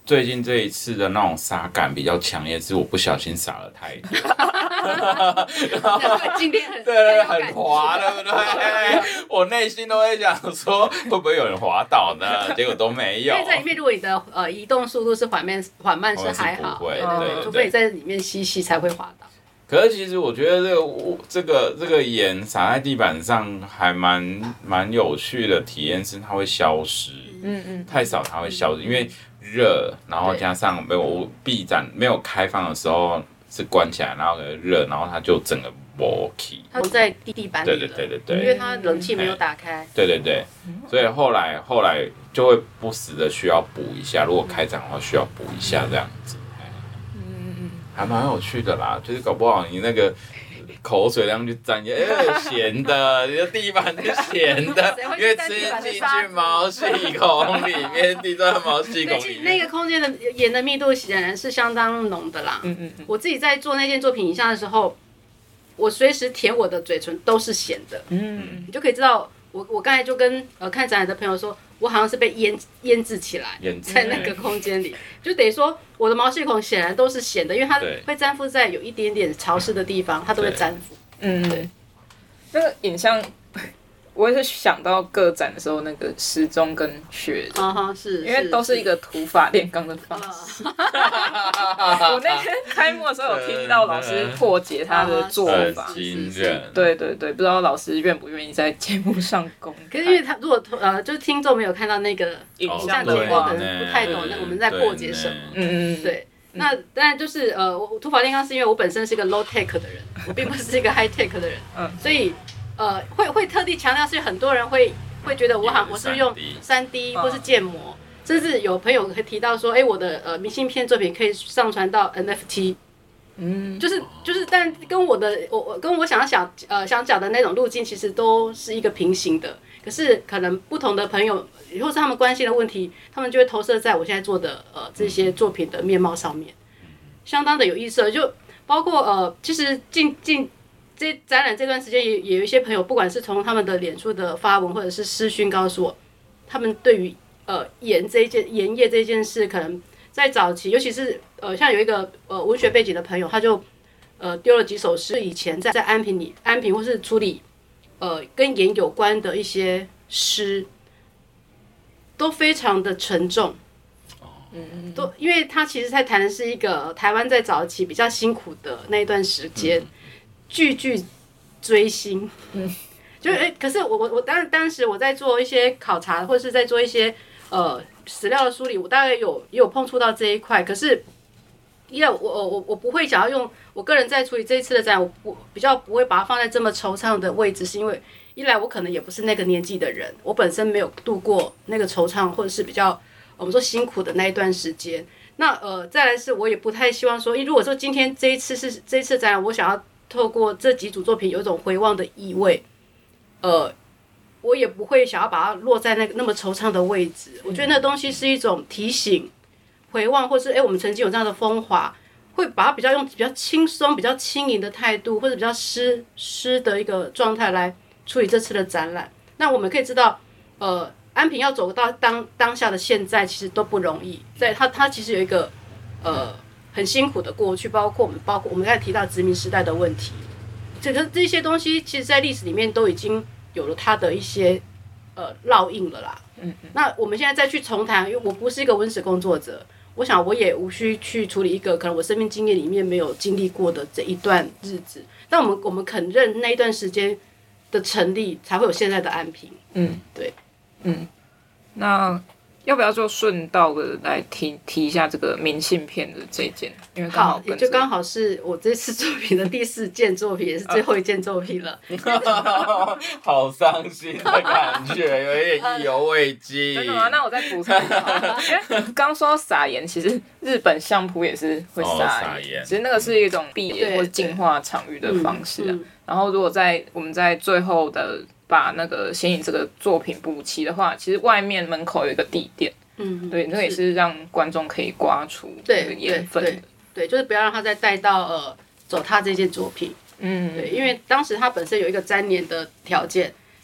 最近这一次的那种撒感比较强烈，是我不小心撒了太多。 今天很对对，很滑，对不对？我内心都会想说，会不会有人滑倒呢？结果都没有。 因为在里面，如果你的呃移动速度是缓慢，缓慢是还好， 不会， 对对对， 除非你在里面吸气才会滑倒。 可是其实我觉得这个这个这个盐撒在地板上还蛮蛮有趣的体验，是它会消失。 嗯嗯， 太少它会消失，因为热，然后加上没有闭展没有开放的时候是关起来，然后热，然后它就整个没起。 它在地板里了， 对对对对对， 因为它冷气没有打开。 对对对，所以后来后来就会不时的需要补一下，如果开展的话需要补一下这样子。嗯嗯，还蛮有趣的啦，就是搞不好你那个口水量去沾，哎，咸的，你的地板是咸的，因为吃进去毛细孔里面，地砖毛细孔里面。 那个空间的盐的密度显然是相当浓的啦。嗯嗯嗯。我自己在做那件作品影像的时候，我随时舔我的嘴唇都是咸的。嗯，你就可以知道，我我刚才就跟呃看展览的朋友说，我好像是被腌腌制起来，在那个空间里，就等于说我的毛细孔显然都是咸的，因为它会粘附在有一点点潮湿的地方，它都会粘附。嗯，对。 那个影像，我也是想到个展的时候那个时钟跟雪， 啊哈，是， 因为都是一个土法炼钢的方式。我那天开幕的时候有听到老师破解他的做法，对对对，不知道老师愿不愿意在节目上公开。 可是因为他如果呃，就是听众没有看到那个影像节目的人不太懂，那我们在破解什么？嗯嗯，对。那当然就是呃，我土法炼钢是因为我本身是一个 low tech 的人，我并不是一个 high tech 的人，嗯，所以呃会会特地强调，是很多人会会觉得我好我是用三 D 或是建模，甚至有朋友会提到说，哎，我的呃明信片作品可以上传到 N F T， 嗯，就是就是，但跟我的我我跟我想想呃想讲的那种路径其实都是一个平行的，可是可能不同的朋友。或是他们关心的问题，他们就会投射在我现在做的呃这些作品的面貌上面，相当的有意思。就包括呃，其实近近这展览这段时间也也有一些朋友，不管是从他们的脸书的发文，或者是私讯告诉我，他们对于呃盐这一件盐业这件事，可能在早期，尤其是呃像有一个呃文学背景的朋友，他就呃丢了几首诗，以前在在安平里安平或是处理呃跟盐有关的一些诗。都非常的沉重，嗯，都因为他其实在谈的是一个台湾在早期比较辛苦的那一段时间，句句锥心，嗯，就哎，可是我我我当当时我在做一些考察，或者是在做一些呃史料的梳理，我大概有也有碰触到这一块，可是因为我我我我不会想要用我个人在处理这一次的展览，我不比较不会把它放在这么惆怅的位置，是因为。一来我可能也不是那个年纪的人，我本身没有度过那个惆怅或者是比较我们说辛苦的那一段时间。那呃，再来是我也不太希望说，如果说今天这一次是这一次展览，我想要透过这几组作品有一种回望的意味，呃，我也不会想要把它落在那个那么惆怅的位置。我觉得那东西是一种提醒、回望，或是哎，我们曾经有这样的风华，会把它比较用比较轻松、比较轻盈的态度，或者比较诗诗的一个状态来。处理这次的展览，那我们可以知道，呃，安平要走到当当下的现在，其实都不容易。在它它其实有一个呃很辛苦的过去，包括我们包括我们刚才提到殖民时代的问题，这个这些东西，其实在历史里面都已经有了它的一些呃烙印了啦。嗯，那我们现在再去重谈，因为我不是一个文史工作者，我想我也无需去处理一个可能我生命经验里面没有经历过的这一段日子。但我们我们肯认那一段时间。的成立才会有现在的安平。嗯，对， 嗯，那要不要就顺道的来提提一下这个明信片的这一件？因为刚好也就刚好是我这次作品的第四件作品，也是最后一件作品了。 好伤心的感觉，有一点意犹未尽。 真的吗？那我再补充一下，因为刚说撒盐，其实日本相扑也是会撒盐，其实那个是一种避盐或净化场域的方式啊。嗯嗯然后，如果在我们在最后的把那个显影这个作品补齐的话，其实外面门口有一个地垫，嗯，对，那个也是让观众可以刮除这个盐分的， 对， 对， 对，就是不要让他再带到呃走他这件作品，嗯，对，因为当时他本身有一个粘连的条件，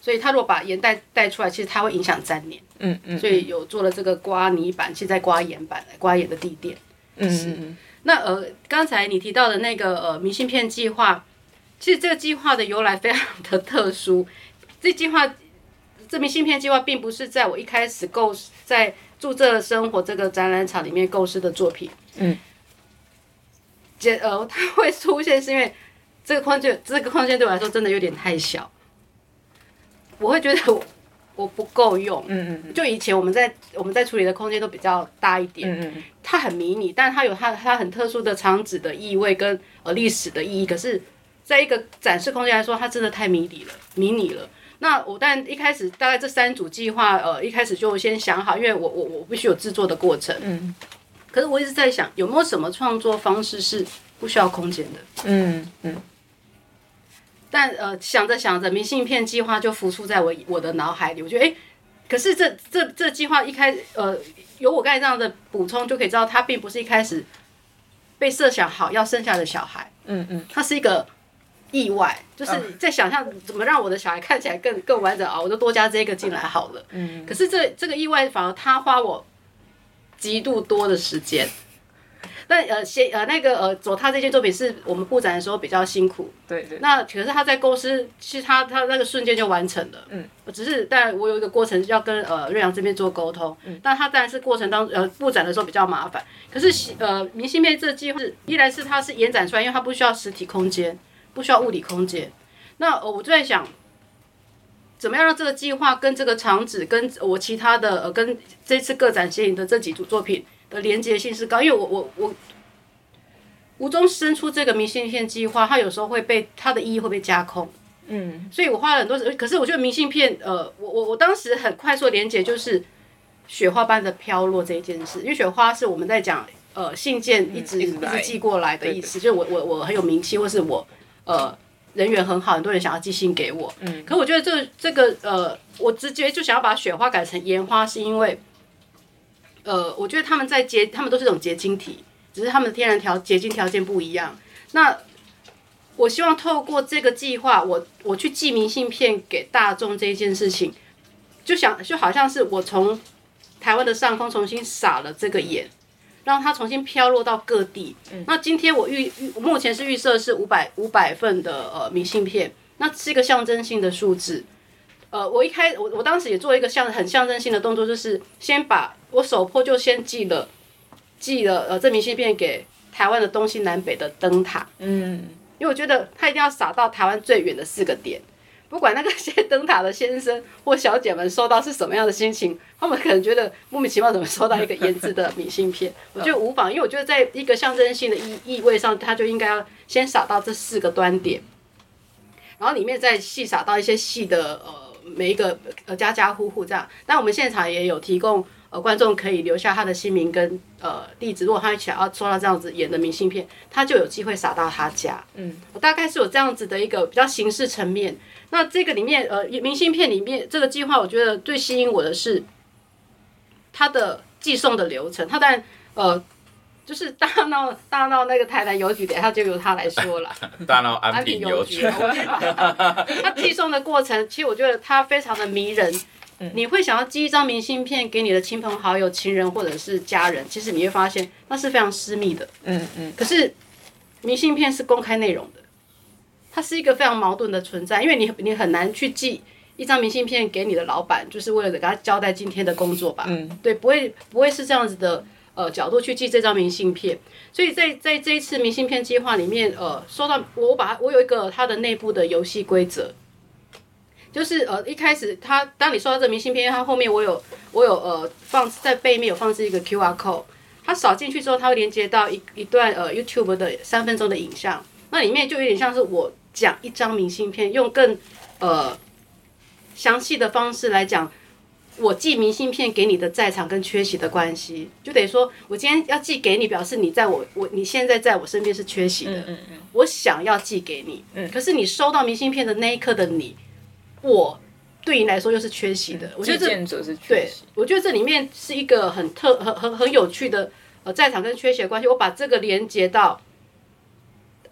所以他如果把盐带带出来，其实它会影响粘连。 嗯嗯， 所以有做了这个刮泥板，现在刮盐板，刮盐的地垫。 嗯嗯嗯。 那呃，刚才你提到的那个呃明信片计划，其实这个计划的由来非常的特殊。这计划，这明信片计划并不是在我一开始构思在住这生活这个展览场里面构思的作品。 嗯。 这呃，它会出现是因为这个空间，这个空间对我来说真的有点太小，我会觉得我我不够用。 嗯嗯嗯。 就以前我们在我们在处理的空间都比较大一点。 嗯嗯嗯。 它很迷你，但它有它它很特殊的场址的意味跟呃历史的意义。可是，在一个展示空间来说，它真的太迷你了，迷你了。那我但一开始大概这三组计划，呃，一开始就先想好，因为我我我必须有制作的过程。 嗯。 可是我一直在想，有没有什么创作方式是不需要空间的？ 嗯嗯。 但呃，想着想着，明信片计划就浮出在我我的脑海里。我觉得，哎，可是这这这计划一开始，呃，有我刚才这样的补充，就可以知道，它并不是一开始被设想好要生下的小孩。 嗯嗯。 它是一个意外，就是在想象怎么让我的小孩看起来更更完整啊，我就多加这个进来好了。 嗯。 可是这这个意外反而他花我极度多的时间。但呃，先呃那个呃，走他这件作品是我们布展的时候比较辛苦， 对对。 那可是他在构思，其实他他那个瞬间就完成了， 嗯。 只是但我有一个过程要跟呃瑞阳这边做沟通，嗯。但他当然是过程当呃布展的时候比较麻烦，可是呃明信片这个计划是，一来是它是延展出来，因为它不需要实体空间，不需要物理空间。那呃我就在想，怎么样让这个计划跟这个场址跟我其他的呃跟这次个展协影的这几组作品的连结性是高，因为我我我无中生出这个明信片计划，它有时候会被它的意义会被加空， 嗯， 所以我花了很多时，可是我觉得明信片，呃，我我我当时很快速的连结就是雪花般的飘落这一件事，因为雪花是我们在讲呃信件一直、嗯、一, 直一直寄过来的意思，就是我我我很有名气，或是我呃人缘很好，很多人想要寄信给我，嗯，可我觉得这这个呃，我直觉就想要把雪花改成烟花，是因为。呃，我觉得他们在结，他们都是这种结晶体，只是他们的天然条结晶条件不一样。那我希望透过这个计划，我我去寄明信片给大众这一件事情，就想就好像是我从台湾的上空重新撒了这个盐，让它重新飘落到各地。嗯、那今天我预预目前是预设是五百五百份的呃明信片，那是一个象征性的数字。呃，我一开我我当时也做一个象很象征性的动作，就是先把我手破就先寄了寄了呃这明信片给台湾的东西南北的灯塔，嗯，因为我觉得它一定要撒到台湾最远的四个点，不管那个些灯塔的先生或小姐们收到是什么样的心情，他们可能觉得莫名其妙怎么收到一个腌制的明信片，我觉得无妨，因为我觉得在一个象征性的意意味上，它就应该要先撒到这四个端点，然后里面再细撒到一些细的呃。每一个呃家家户户这样，但我们现场也有提供呃观众可以留下他的姓名跟呃地址，如果他想要收到这样子演的明信片，他就有机会撒到他家。嗯，我大概是有这样子的一个比较形式层面。那这个里面呃明信片里面这个计划，我觉得最吸引我的是它的寄送的流程。它当然呃。就是大闹大闹那个台南邮局，等一下就由他来说了。 大闹安平邮局， 他寄送的过程，其实我觉得它非常的迷人。嗯、你会想要寄一张明信片给你的亲朋好友、情人或者是家人，其实你会发现那是非常私密的。嗯嗯。可是明信片是公开内容的，它是一个非常矛盾的存在，因为你你很难去寄一张明信片给你的老板，就是为了给他交代今天的工作吧。嗯。对，不会不会是这样子的。呃，角度去寄这张明信片，所以在在这一次明信片计划里面，呃，收到我把它我有一个它的内部的游戏规则，就是呃一开始它当你收到这明信片，它后面我有我有呃放在背面有放置一个 Q R code， 它扫进去之后，它会连接到一一段呃 YouTube 的三分钟的影像，那里面就有点像是我讲一张明信片，用更呃详细的方式来讲。我寄明信片给你的在场跟缺席的关系，就等于说我今天要寄给你，表示你在我我你现在在我身边是缺席的，嗯嗯嗯我想要寄给你，嗯、可是你收到明信片的那一刻的你，我对你来说又是缺席的。嗯、我觉得这对，我觉得这里面是一个很特很很很有趣的呃在场跟缺席的关系。我把这个连接到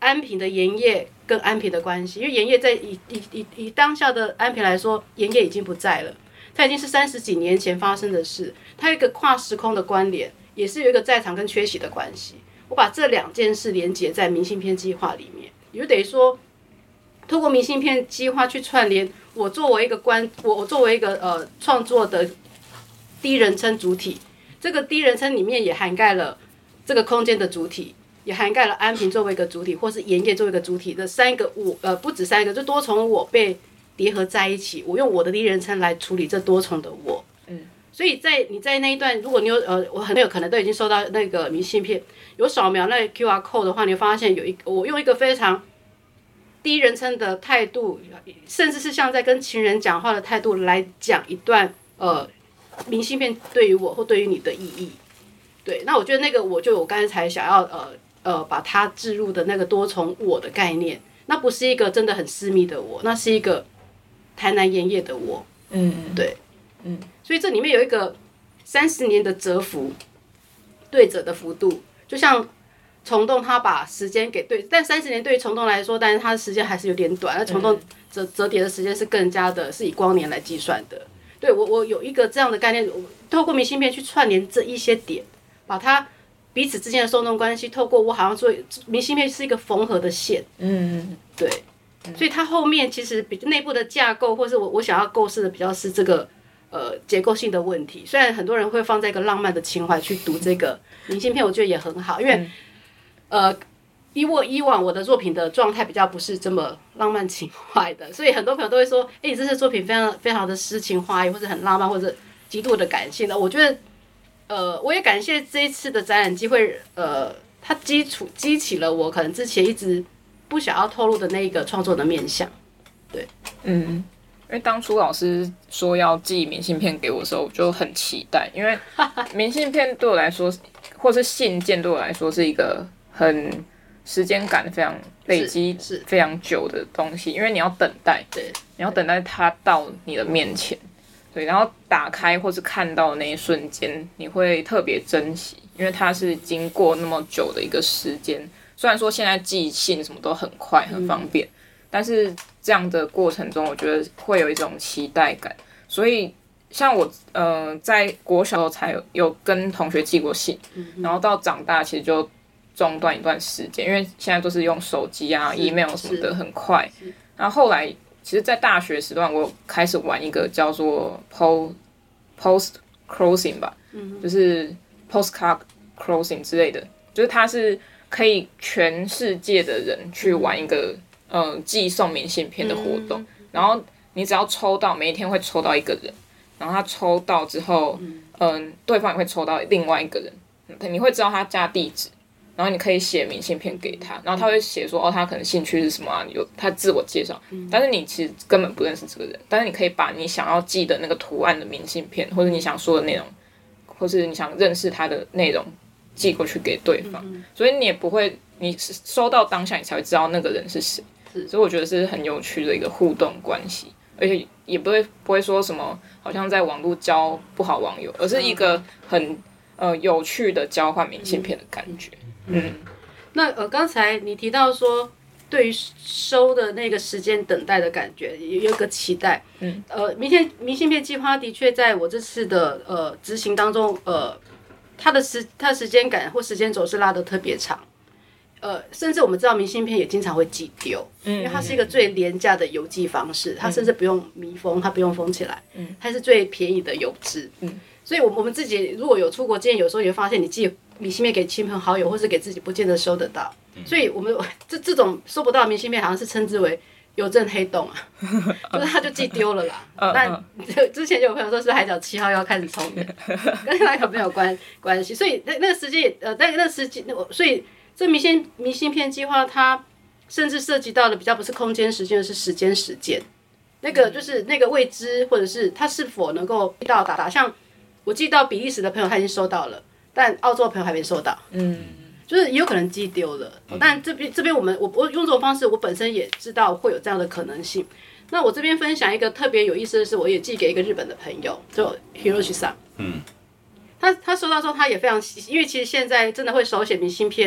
安平的盐业跟安平的关系，因为盐业在以以以以当下的安平来说，盐业已经不在了，它已经是三十几年前发生的事，它有一个跨时空的关联，也是有一个在场跟缺席的关系。我把这两件事连结在明信片计划里面，也就等于说，透过明信片计划去串联我作为一个关，我我作为一个呃创作的第一人称主体，这个第一人称里面也涵盖了这个空间的主体，也涵盖了安平作为一个主体，或是盐业作为一个主体的三个我，呃，不止三个，就多重我被叠合在一起。我用我的第一人称来处理这多重的我。嗯，所以在你在那一段，如果你有呃，我很有可能都已经收到那个明信片，有扫描那个 Q R code 的话，你会发现有一我用一个非常第一人称的态度，甚至是像在跟情人讲话的态度来讲一段呃明信片对于我或对于你的意义。对，那我觉得那个我就我刚才想要呃呃把它置入的那个多重我的概念，那不是一个真的很私密的我，那是一个台南盐业的我。嗯，对，嗯，所以这里面有一个三十年的折服对折的幅度，就像虫洞他把时间给对，但三十年对于虫洞来说，但是它的时间还是有点短，那虫洞折折叠的时间是更加的是以光年来计算的。对，我我有一个这样的概念，透过明信片去串联这一些点，把它彼此之间的受众关系，透过我好像说明信片是一个缝合的线。嗯，对，所以它后面其实比内部的架构，或是我我想要构思的比较是这个呃结构性的问题。虽然很多人会放在一个浪漫的情怀去读这个明信片，我觉得也很好，因为、嗯、呃。以我以往我的作品的状态比较不是这么浪漫情怀的，所以很多朋友都会说，哎、欸，你这些作品非常非常的诗情画意，或者很浪漫，或者极度的感性的。我觉得，呃，我也感谢这一次的展览机会，呃，它基础激起了我可能之前一直不想要透露的那个创作的面向。对， 嗯，因为当初老师说要寄明信片给我的时候，我就很期待，因为明信片对我来说，或是信件对我来说是一个很时间感非常累积非常久的东西，因为你要等待， 对， 你要等待它到你的面前，对，然后打开或是看到的那一瞬间，你会特别珍惜，因为它是经过那么久的一个时间。虽然说现在寄信什么都很快很方便，嗯、但是这样的过程中，我觉得会有一种期待感。所以像我呃在国小才有有跟同学寄过信，嗯、然后到长大其实就中断一段时间，因为现在都是用手机啊 email 什么的很快。然后后来其实在大学时段我有开始玩一个叫做 post post crossing 吧、嗯、就是 postcard crossing 之类的，就是它是可以全世界的人去玩一个、嗯呃、寄送明信片的活动、嗯、然后你只要抽到，每一天会抽到一个人，然后他抽到之后嗯、呃，对方也会抽到另外一个人，你会知道他家地址，然后你可以写明信片给他，然后他会写说哦，他可能兴趣是什么啊，有他自我介绍，但是你其实根本不认识这个人，但是你可以把你想要寄的那个图案的明信片，或者你想说的内容，或是你想认识他的内容寄过去给对方，所以你也不会，你收到当下你才会知道那个人是谁，所以我觉得是很有趣的一个互动关系，而且也不会不会说什么好像在网络交不好网友，而是一个很呃有趣的交换明信片的感觉。嗯， 那呃，刚才你提到说，对于收的那个时间等待的感觉，有一个期待。嗯，呃，明信明信片计划的确在我这次的呃执行当中，呃，它的时它的时间感或时间轴是拉得特别长。呃，甚至我们知道明信片也经常会寄丢，嗯，因为它是一个最廉价的邮寄方式，它甚至不用密封，它不用封起来，嗯，它是最便宜的邮资，嗯，所以我们自己如果有出国经验，有时候也会发现你寄明信片给亲朋好友或是给自己，不见得收得到，嗯、所以我们这这种收不到的明信片，好像是称之为邮政黑洞啊，就是它就寄丢了啦。那之前就有朋友说是海角七号要开始充的，跟那个没有关关系，所以那那个时间呃，那那个时间，所以。这明信明信片计划，它甚至涉及到的比较不是空间时间，而是时间时间。那个就是那个未知，或者是它是否能够到达。像我寄到比利时的朋友，他已经收到了，但澳洲的朋友还没收到。嗯，就是也有可能寄丢了。嗯、但这边这边我们我我用这种方式，我本身也知道会有这样的可能性。那我这边分享一个特别有意思的是，我也寄给一个日本的朋友，就 Hiroshi さん。嗯。他他收到之后，他也非常，因为其实现在真的会手写明信片。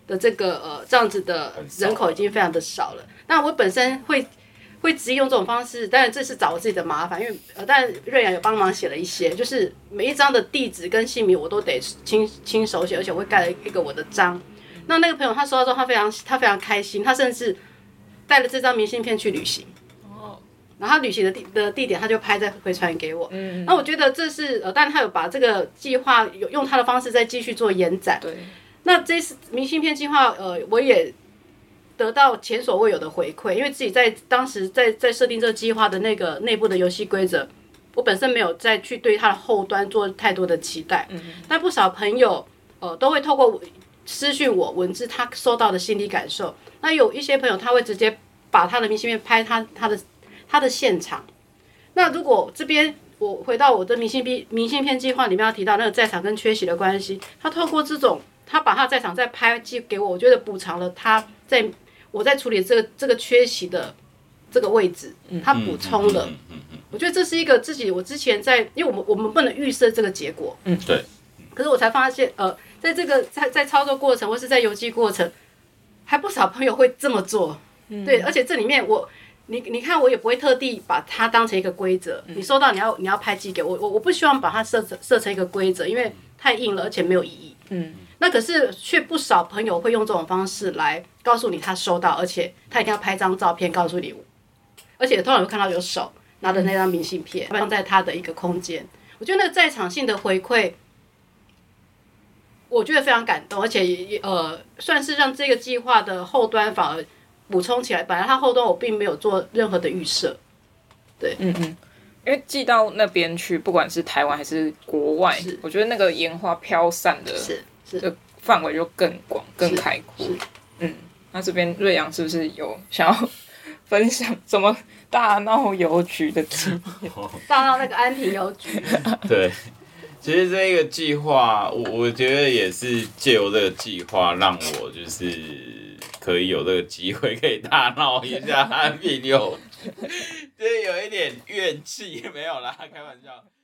的这个呃这样子的人口已经非常的少了。那我本身会会直接用这种方式，当然这是找我自己的麻烦，因为呃，当然瑞阳有帮忙写了一些，就是每一张的地址跟姓名我都得亲亲手写，而且我会盖了一个我的章。那那个朋友他收到之后，他非常他非常开心，他甚至带了这张明信片去旅行。然后他旅行的地的地点，他就拍再回传给我。嗯，那我觉得这是呃，当然他有把这个计划有用他的方式再继续做延展。 对。 那这次明信片计划，呃，我也得到前所未有的回馈，因为自己在当时在在设定这个计划的那个内部的游戏规则，我本身没有再去对它的后端做太多的期待。嗯。但不少朋友呃都会透过私讯我文字他收到的心理感受。那有一些朋友他会直接把他的明信片拍他他的。他的现场，那如果这边我回到我的明信片明信片计划里面要提到那个在场跟缺席的关系，他透过这种他把他在场再拍寄给我，我觉得补偿了他在我在处理这个这个缺席的这个位置，他补充了。我觉得这是一个自己我之前在，因为我们我们不能预设这个结果， 嗯，对。 可是我才发现，呃，在这个在在操作过程或是在邮寄过程，还不少朋友会这么做，嗯、对，而且这里面我。你你看，我也不会特地把它当成一个规则。你收到你要你要拍寄给我，我我不希望把它设设成一个规则，因为太硬了，而且没有意义。嗯。那可是却不少朋友会用这种方式来告诉你他收到，而且他一定要拍张照片告诉你，而且通常会看到有手拿着那张明信片放在他的一个空间。我觉得那个在场性的回馈，我觉得非常感动，而且也呃算是让这个计划的后端反而。补充起来，本来它后端我并没有做任何的预设，对， 嗯嗯，因为寄到那边去，不管是台湾还是国外，我觉得那个烟花飘散的是是的范围就更广、更开阔。嗯，那这边瑞阳是不是有想要分享什么大闹邮局的经验？ 大闹那个安平邮局， 对。其实这个计划，我我觉得也是借由这个计划，让我就是可以有这个机会可以大闹一下安平邮局，就是有一点怨气，没有啦，开玩笑。